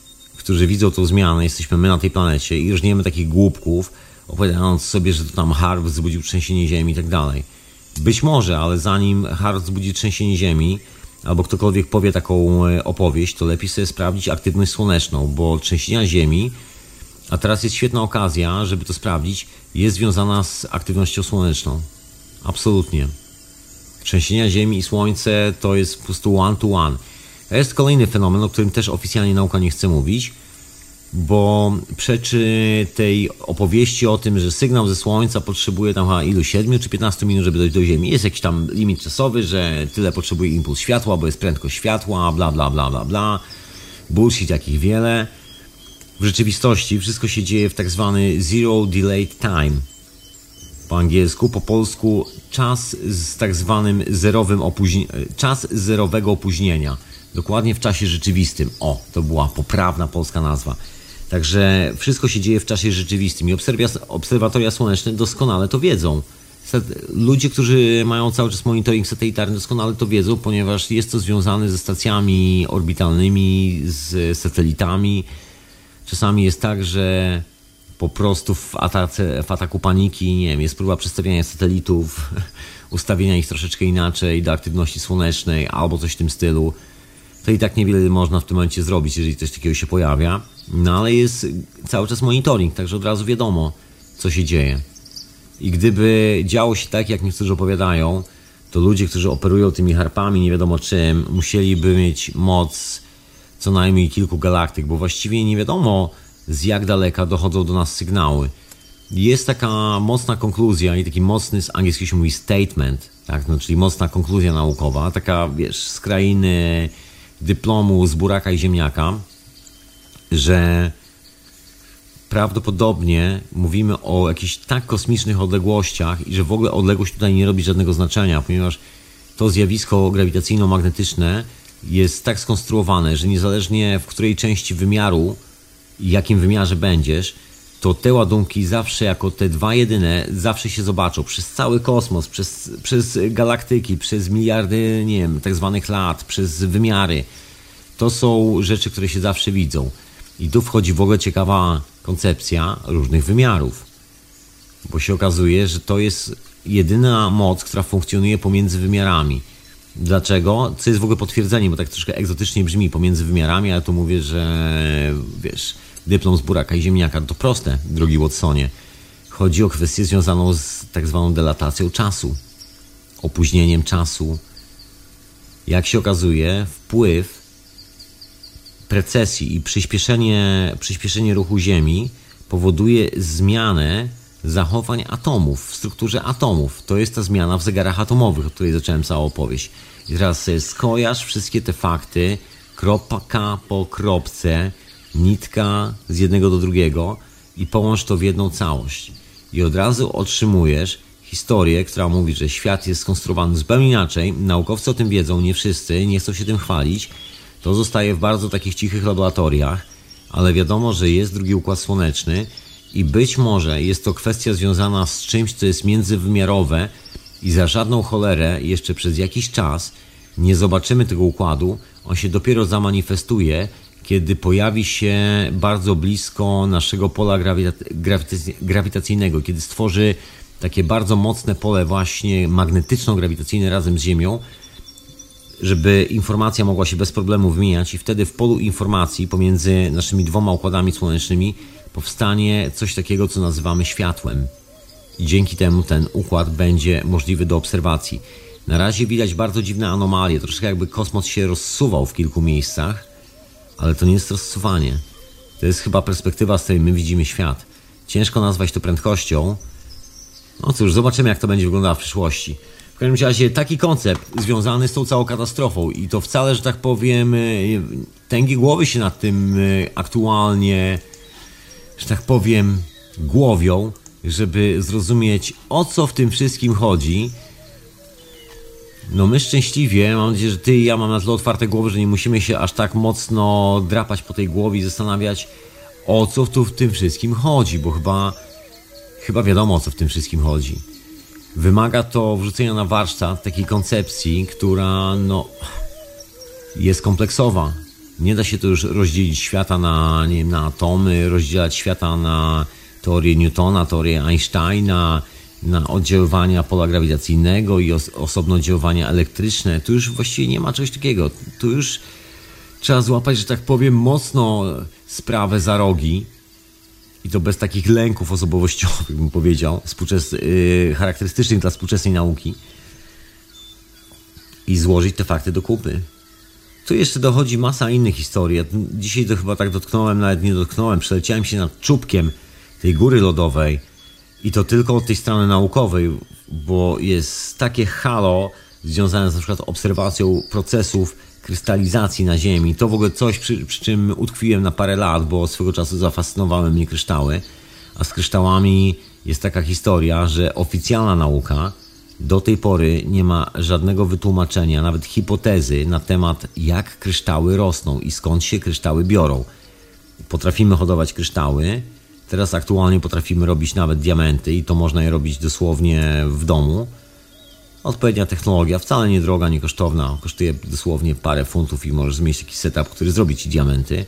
którzy widzą tą zmianę, jesteśmy my na tej planecie i rżniemy takich głupków, opowiadając sobie, że to tam Harvard wzbudził trzęsienie ziemi i tak dalej. Być może, ale zanim Harvard wzbudzi trzęsienie ziemi, albo ktokolwiek powie taką opowieść, to lepiej sobie sprawdzić aktywność słoneczną, bo trzęsienia ziemi, a teraz jest świetna okazja, żeby to sprawdzić, jest związana z aktywnością słoneczną. Absolutnie. Trzęsienia ziemi i słońce to jest po prostu one to one. A jest kolejny fenomen, o którym też oficjalnie nauka nie chce mówić, bo przeczy tej opowieści o tym, że sygnał ze słońca potrzebuje tam ilu 7 czy 15 minut, żeby dojść do Ziemi. Jest jakiś tam limit czasowy, że tyle potrzebuje impuls światła, bo jest prędkość światła, bla bla bla bla bla. Bullshit jakich wiele. W rzeczywistości wszystko się dzieje w tak zwany zero delayed time. Po angielsku, po polsku czas z tak zwanym czas zerowego opóźnienia. Dokładnie w czasie rzeczywistym. O, to była poprawna polska nazwa. Także wszystko się dzieje w czasie rzeczywistym i obserwatoria słoneczne doskonale to wiedzą. Ludzie, którzy mają cały czas monitoring satelitarny, doskonale to wiedzą, ponieważ jest to związane ze stacjami orbitalnymi, z satelitami. Czasami jest tak, że po prostu w ataku paniki, nie wiem, jest próba przestawiania satelitów, ustawienia ich troszeczkę inaczej do aktywności słonecznej albo coś w tym stylu. To i tak niewiele można w tym momencie zrobić, jeżeli coś takiego się pojawia. No ale jest cały czas monitoring, także od razu wiadomo, co się dzieje. I gdyby działo się tak, jak niektórzy opowiadają, to ludzie, którzy operują tymi harpami, nie wiadomo czym, musieliby mieć moc co najmniej kilku galaktyk, bo właściwie nie wiadomo, z jak daleka dochodzą do nas sygnały. Jest taka mocna konkluzja i taki mocny, z angielskiego się mówi statement, tak? No, czyli mocna konkluzja naukowa, taka, wiesz, z krainy dyplomu z buraka i ziemniaka, że prawdopodobnie mówimy o jakichś tak kosmicznych odległościach i że w ogóle odległość tutaj nie robi żadnego znaczenia, ponieważ to zjawisko grawitacyjno-magnetyczne jest tak skonstruowane, że niezależnie w której części wymiaru i jakim wymiarze będziesz, to te ładunki zawsze jako te dwa jedyne zawsze się zobaczą przez cały kosmos, przez galaktyki, przez miliardy, nie wiem, tak zwanych lat, przez wymiary. To są rzeczy, które się zawsze widzą. I tu wchodzi w ogóle ciekawa koncepcja różnych wymiarów. Bo się okazuje, że to jest jedyna moc, która funkcjonuje pomiędzy wymiarami. Dlaczego? Co jest w ogóle potwierdzeniem, bo tak troszkę egzotycznie brzmi pomiędzy wymiarami, ale tu mówię, że wiesz, dyplom z buraka i ziemniaka, to proste, drogi Watsonie. Chodzi o kwestię związaną z tak zwaną delatacją czasu, opóźnieniem czasu. Jak się okazuje, wpływ precesji i przyspieszenie ruchu Ziemi powoduje zmianę zachowań atomów, w strukturze atomów. To jest ta zmiana w zegarach atomowych, o której zacząłem całą opowieść. I teraz sobie skojarz wszystkie te fakty, kropka po kropce, nitka z jednego do drugiego i połącz to w jedną całość. I od razu otrzymujesz historię, która mówi, że świat jest skonstruowany zupełnie inaczej. Naukowcy o tym wiedzą, nie wszyscy, nie chcą się tym chwalić. To zostaje w bardzo takich cichych laboratoriach, ale wiadomo, że jest drugi układ słoneczny i być może jest to kwestia związana z czymś, co jest międzywymiarowe i za żadną cholerę jeszcze przez jakiś czas nie zobaczymy tego układu. On się dopiero zamanifestuje, kiedy pojawi się bardzo blisko naszego pola grawitacyjnego, kiedy stworzy takie bardzo mocne pole właśnie magnetyczno-grawitacyjne razem z Ziemią, żeby informacja mogła się bez problemu wymieniać i wtedy w polu informacji pomiędzy naszymi dwoma układami słonecznymi powstanie coś takiego, co nazywamy światłem. I dzięki temu ten układ będzie możliwy do obserwacji. Na razie widać bardzo dziwne anomalie, troszkę jakby kosmos się rozsuwał w kilku miejscach, ale to nie jest rozsuwanie. To jest chyba perspektywa, z której my widzimy świat. Ciężko nazwać to prędkością. No cóż, zobaczymy, jak to będzie wyglądało w przyszłości. W każdym razie taki koncept związany z tą całą katastrofą i to wcale, że tak powiem, tęgie głowy się nad tym aktualnie, że tak powiem, głowią, żeby zrozumieć, o co w tym wszystkim chodzi. No my szczęśliwie, mam nadzieję, że ty i ja mam na tyle otwarte głowy, że nie musimy się aż tak mocno drapać po tej głowie i zastanawiać, o co tu w tym wszystkim chodzi, bo chyba wiadomo, o co w tym wszystkim chodzi. Wymaga to wrzucenia na warsztat takiej koncepcji, która jest kompleksowa. Nie da się to już rozdzielić świata na, nie wiem, na atomy, rozdzielać świata na teorię Newtona, teorię Einsteina, na oddziaływania pola grawitacyjnego i osobno oddziaływania elektryczne. Tu już właściwie nie ma czegoś takiego. Tu już trzeba złapać, że tak powiem, mocno sprawę za rogi i to bez takich lęków osobowościowych, bym powiedział, charakterystycznych dla współczesnej nauki i złożyć te fakty do kupy. Tu jeszcze dochodzi masa innych historii. Dzisiaj to chyba tak dotknąłem, nawet nie dotknąłem. Przeleciałem się nad czubkiem tej góry lodowej i to tylko od tej strony naukowej, bo jest takie halo związane z na przykład obserwacją procesów krystalizacji na Ziemi. To w ogóle coś, przy czym utkwiłem na parę lat, bo swego czasu zafascynowały mnie kryształy. A z kryształami jest taka historia, że oficjalna nauka do tej pory nie ma żadnego wytłumaczenia, nawet hipotezy na temat, jak kryształy rosną i skąd się kryształy biorą. Potrafimy hodować kryształy. Teraz aktualnie potrafimy robić nawet diamenty i to można je robić dosłownie w domu. Odpowiednia technologia, wcale nie droga, nie kosztowna. Kosztuje dosłownie parę funtów i możesz zmienić taki setup, który zrobi ci diamenty.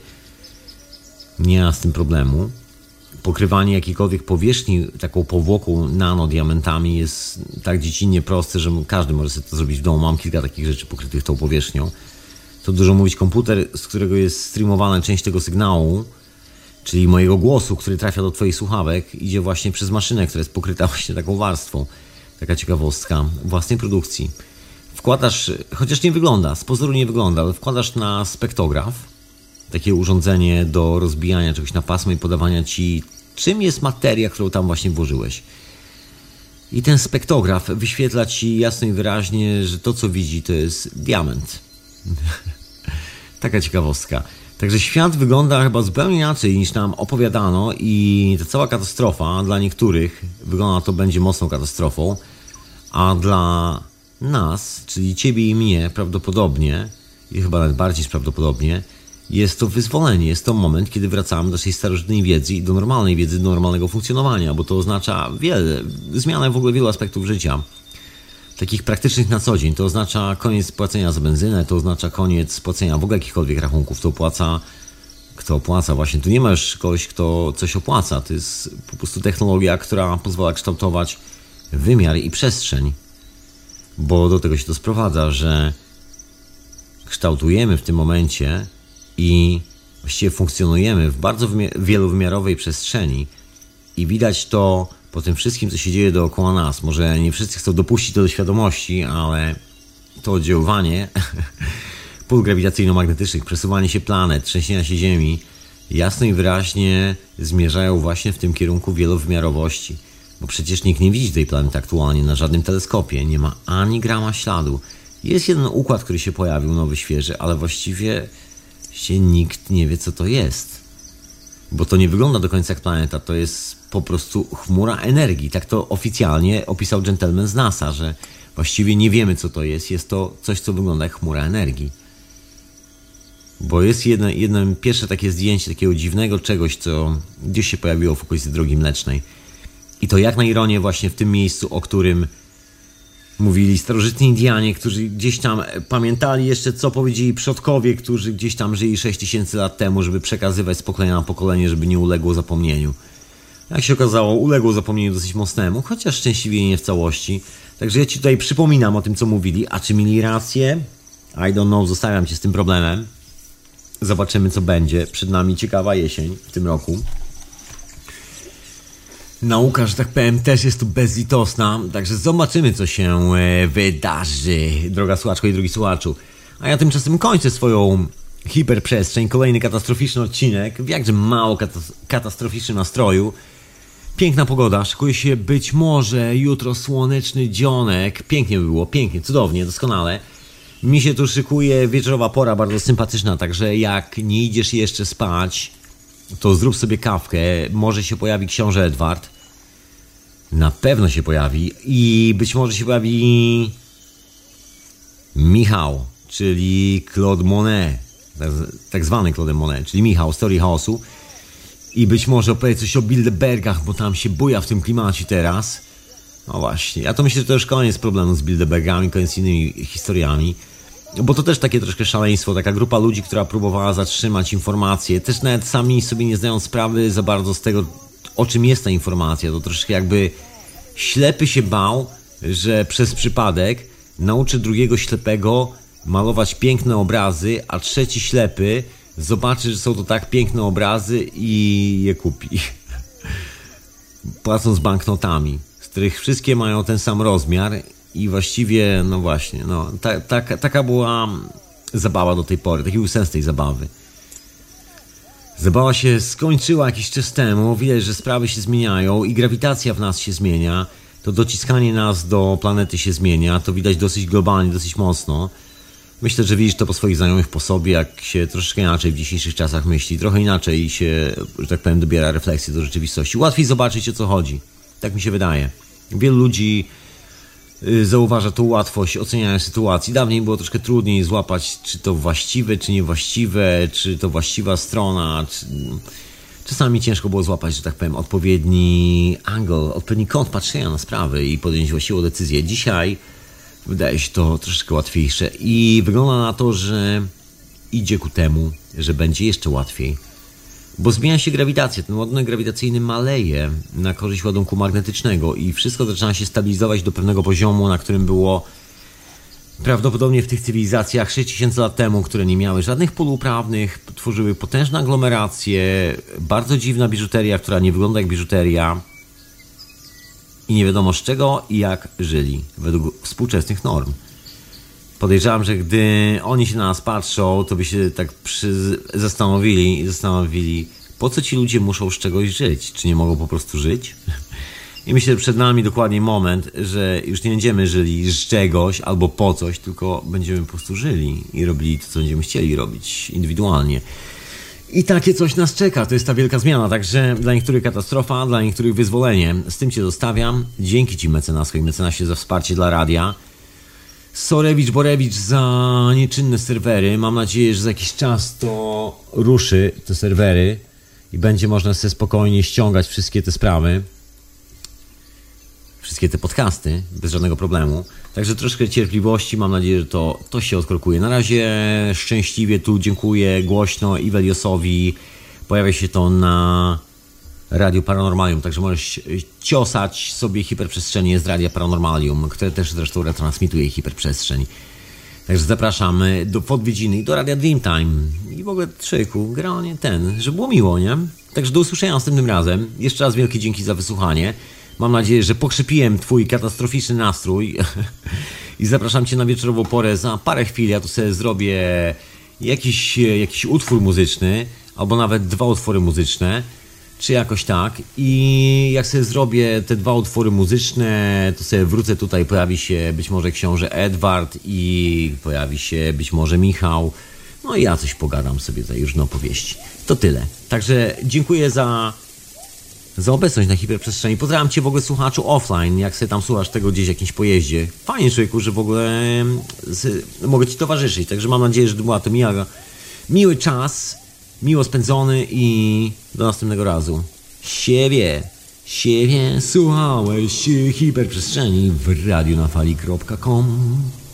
Nie ma z tym problemu. Pokrywanie jakiejkolwiek powierzchni taką powłoką nanodiamentami jest tak dziecinnie proste, że każdy może sobie to zrobić w domu. Mam kilka takich rzeczy pokrytych tą powierzchnią. To dużo mówić, komputer, z którego jest streamowana część tego sygnału, czyli mojego głosu, który trafia do twoich słuchawek, idzie właśnie przez maszynę, która jest pokryta właśnie taką warstwą. Taka ciekawostka własnej produkcji. Wkładasz, chociaż nie wygląda, z pozoru nie wygląda, ale wkładasz na spektograf takie urządzenie do rozbijania czegoś na pasmo i podawania ci, czym jest materia, którą tam właśnie włożyłeś. I ten spektograf wyświetla ci jasno i wyraźnie, że to, co widzi, to jest diament. Taka ciekawostka. Także świat wygląda chyba zupełnie inaczej, niż nam opowiadano i ta cała katastrofa dla niektórych wygląda to będzie mocną katastrofą, a dla nas, czyli ciebie i mnie prawdopodobnie, i chyba nawet bardziej niż prawdopodobnie, jest to wyzwolenie, jest to moment, kiedy wracamy do naszej starożytnej wiedzy i do normalnej wiedzy, do normalnego funkcjonowania, bo to oznacza zmianę w ogóle wielu aspektów życia, takich praktycznych na co dzień. To oznacza koniec płacenia za benzynę, to oznacza koniec płacenia w ogóle jakichkolwiek rachunków. Kto opłaca właśnie. Tu nie ma już kogoś, kto coś opłaca. To jest po prostu technologia, która pozwala kształtować wymiar i przestrzeń. Bo do tego się to sprowadza, że kształtujemy w tym momencie i właściwie funkcjonujemy w bardzo wielowymiarowej przestrzeni i widać to po tym wszystkim, co się dzieje dookoła nas. Może nie wszyscy chcą dopuścić to do świadomości, ale to oddziaływanie pól grawitacyjno-magnetycznych, przesuwanie się planet, trzęsienia się Ziemi jasno i wyraźnie zmierzają właśnie w tym kierunku wielowymiarowości. Bo przecież nikt nie widzi tej planety aktualnie na żadnym teleskopie. Nie ma ani grama śladu. Jest jeden układ, który się pojawił, nowy, świeży, ale właściwie nikt nie wie, co to jest. Bo to nie wygląda do końca jak planeta, to jest po prostu chmura energii. Tak to oficjalnie opisał gentleman z NASA, że właściwie nie wiemy, co to jest. Jest to coś, co wygląda jak chmura energii. Bo jest jedno pierwsze takie zdjęcie takiego dziwnego czegoś, co gdzieś się pojawiło w okolicy Drogi Mlecznej. I to jak na ironię właśnie w tym miejscu, o którym mówili starożytni Indianie, którzy gdzieś tam pamiętali jeszcze, co powiedzieli przodkowie, którzy gdzieś tam żyli 6000 lat temu, żeby przekazywać z pokolenia na pokolenie, żeby nie uległo zapomnieniu. Jak się okazało, uległo zapomnieniu dosyć mocnemu, chociaż szczęśliwie nie w całości. Także ja ci tutaj przypominam o tym, co mówili. A czy mieli rację? I don't know, zostawiam cię z tym problemem. Zobaczymy, co będzie. Przed nami ciekawa jesień w tym roku. Nauka, że tak powiem, też jest tu bezlitosna, także zobaczymy, co się wydarzy, droga słuchaczko i drogi słuchaczu. A ja tymczasem kończę swoją hiperprzestrzeń, kolejny katastroficzny odcinek, w jakże mało katastroficznym nastroju. Piękna pogoda, szykuje się być może jutro słoneczny dzionek, pięknie by było, pięknie, cudownie, doskonale. Mi się tu szykuje wieczorowa pora, bardzo sympatyczna, także jak nie idziesz jeszcze spać, to zrób sobie kawkę, może się pojawi książę Edward. Na pewno się pojawi i być może się pojawi Michał, czyli Claude Monet, tak zwany Claude Monet, czyli Michał z Teorii Chaosu. I być może opowie coś o Bilderbergach, bo tam się buja w tym klimacie teraz. No właśnie, ja to myślę, że to już koniec problemu z Bilderbergami, koniec z innymi historiami. Bo to też takie troszkę szaleństwo, taka grupa ludzi, która próbowała zatrzymać informacje, też nawet sami sobie nie zdają sprawy za bardzo z tego, o czym jest ta informacja. To troszkę jakby ślepy się bał, że przez przypadek nauczy drugiego ślepego malować piękne obrazy, a trzeci ślepy zobaczy, że są to tak piękne obrazy i je kupi. Płacąc banknotami, z których wszystkie mają ten sam rozmiar i właściwie, no właśnie, no, taka była zabawa do tej pory, taki był sens tej zabawy. Zabawa się skończyła jakiś czas temu, widać, że sprawy się zmieniają i grawitacja w nas się zmienia, to dociskanie nas do planety się zmienia, to widać dosyć globalnie, dosyć mocno. Myślę, że widzisz to po swoich znajomych, po sobie, jak się troszeczkę inaczej w dzisiejszych czasach myśli, trochę inaczej się, że tak powiem, dobiera refleksję do rzeczywistości. Łatwiej zobaczyć, o co chodzi. Tak mi się wydaje. Wielu ludzi zauważa tą łatwość oceniania sytuacji. Dawniej było troszkę trudniej złapać, czy to właściwe, czy niewłaściwe, czy to właściwa strona. Czasami ciężko było złapać, że tak powiem, odpowiedni angle, odpowiedni kąt patrzenia na sprawy i podjąć właściwą decyzję. Dzisiaj wydaje się to troszeczkę łatwiejsze i wygląda na to, że idzie ku temu, że będzie jeszcze łatwiej. Bo zmienia się grawitacja, ten ładunek grawitacyjny maleje na korzyść ładunku magnetycznego i wszystko zaczyna się stabilizować do pewnego poziomu, na którym było prawdopodobnie w tych cywilizacjach 6000 lat temu, które nie miały żadnych pól uprawnych, tworzyły potężne aglomeracje, bardzo dziwna biżuteria, która nie wygląda jak biżuteria i nie wiadomo z czego i jak żyli według współczesnych norm. Podejrzewam, że gdy oni się na nas patrzą, to by się tak zastanowili, po co ci ludzie muszą z czegoś żyć? Czy nie mogą po prostu żyć? I myślę, że przed nami dokładnie moment, że już nie będziemy żyli z czegoś albo po coś, tylko będziemy po prostu żyli i robili to, co będziemy chcieli robić indywidualnie. I takie coś nas czeka, to jest ta wielka zmiana, także dla niektórych katastrofa, dla niektórych wyzwolenie. Z tym Cię zostawiam. Dzięki Ci mecenasie i mecenasie za wsparcie dla radia. Sorewicz Borewicz za nieczynne serwery. Mam nadzieję, że za jakiś czas to ruszy, te serwery i będzie można sobie spokojnie ściągać wszystkie te sprawy, wszystkie te podcasty bez żadnego problemu. Także troszkę cierpliwości, mam nadzieję, że to się odkrokuje. Na razie szczęśliwie tu dziękuję głośno i Weliosowi. Pojawia się to na Radio Paranormalium, także możesz ciosać sobie hiperprzestrzenie z Radia Paranormalium, które też zresztą retransmituje hiperprzestrzeń. Także zapraszamy do odwiedziny i do Radia Dreamtime. I w ogóle Trzyku, generalnie że było miło, nie? Także do usłyszenia następnym razem. Jeszcze raz wielkie dzięki za wysłuchanie. Mam nadzieję, że pokrzepiłem Twój katastroficzny nastrój i zapraszam Cię na wieczorową porę za parę chwil. Ja tu sobie zrobię jakiś utwór muzyczny, albo nawet 2 utwory muzyczne, czy jakoś tak. I jak sobie zrobię te 2 utwory muzyczne, to sobie wrócę tutaj, pojawi się być może książę Edward i pojawi się być może Michał. No i ja coś pogadam sobie tutaj już na opowieści. To tyle. Także dziękuję za obecność na hiperprzestrzeni. Pozdrawiam Cię w ogóle, słuchaczu offline, jak sobie tam słuchasz tego gdzieś w jakimś pojeździe. Fajnie, człowieku, że w ogóle mogę Ci towarzyszyć. Także mam nadzieję, że była to miły czas, miło spędzony i do następnego razu. Siebie, słuchałeś hiperprzestrzeni w radionafali.com.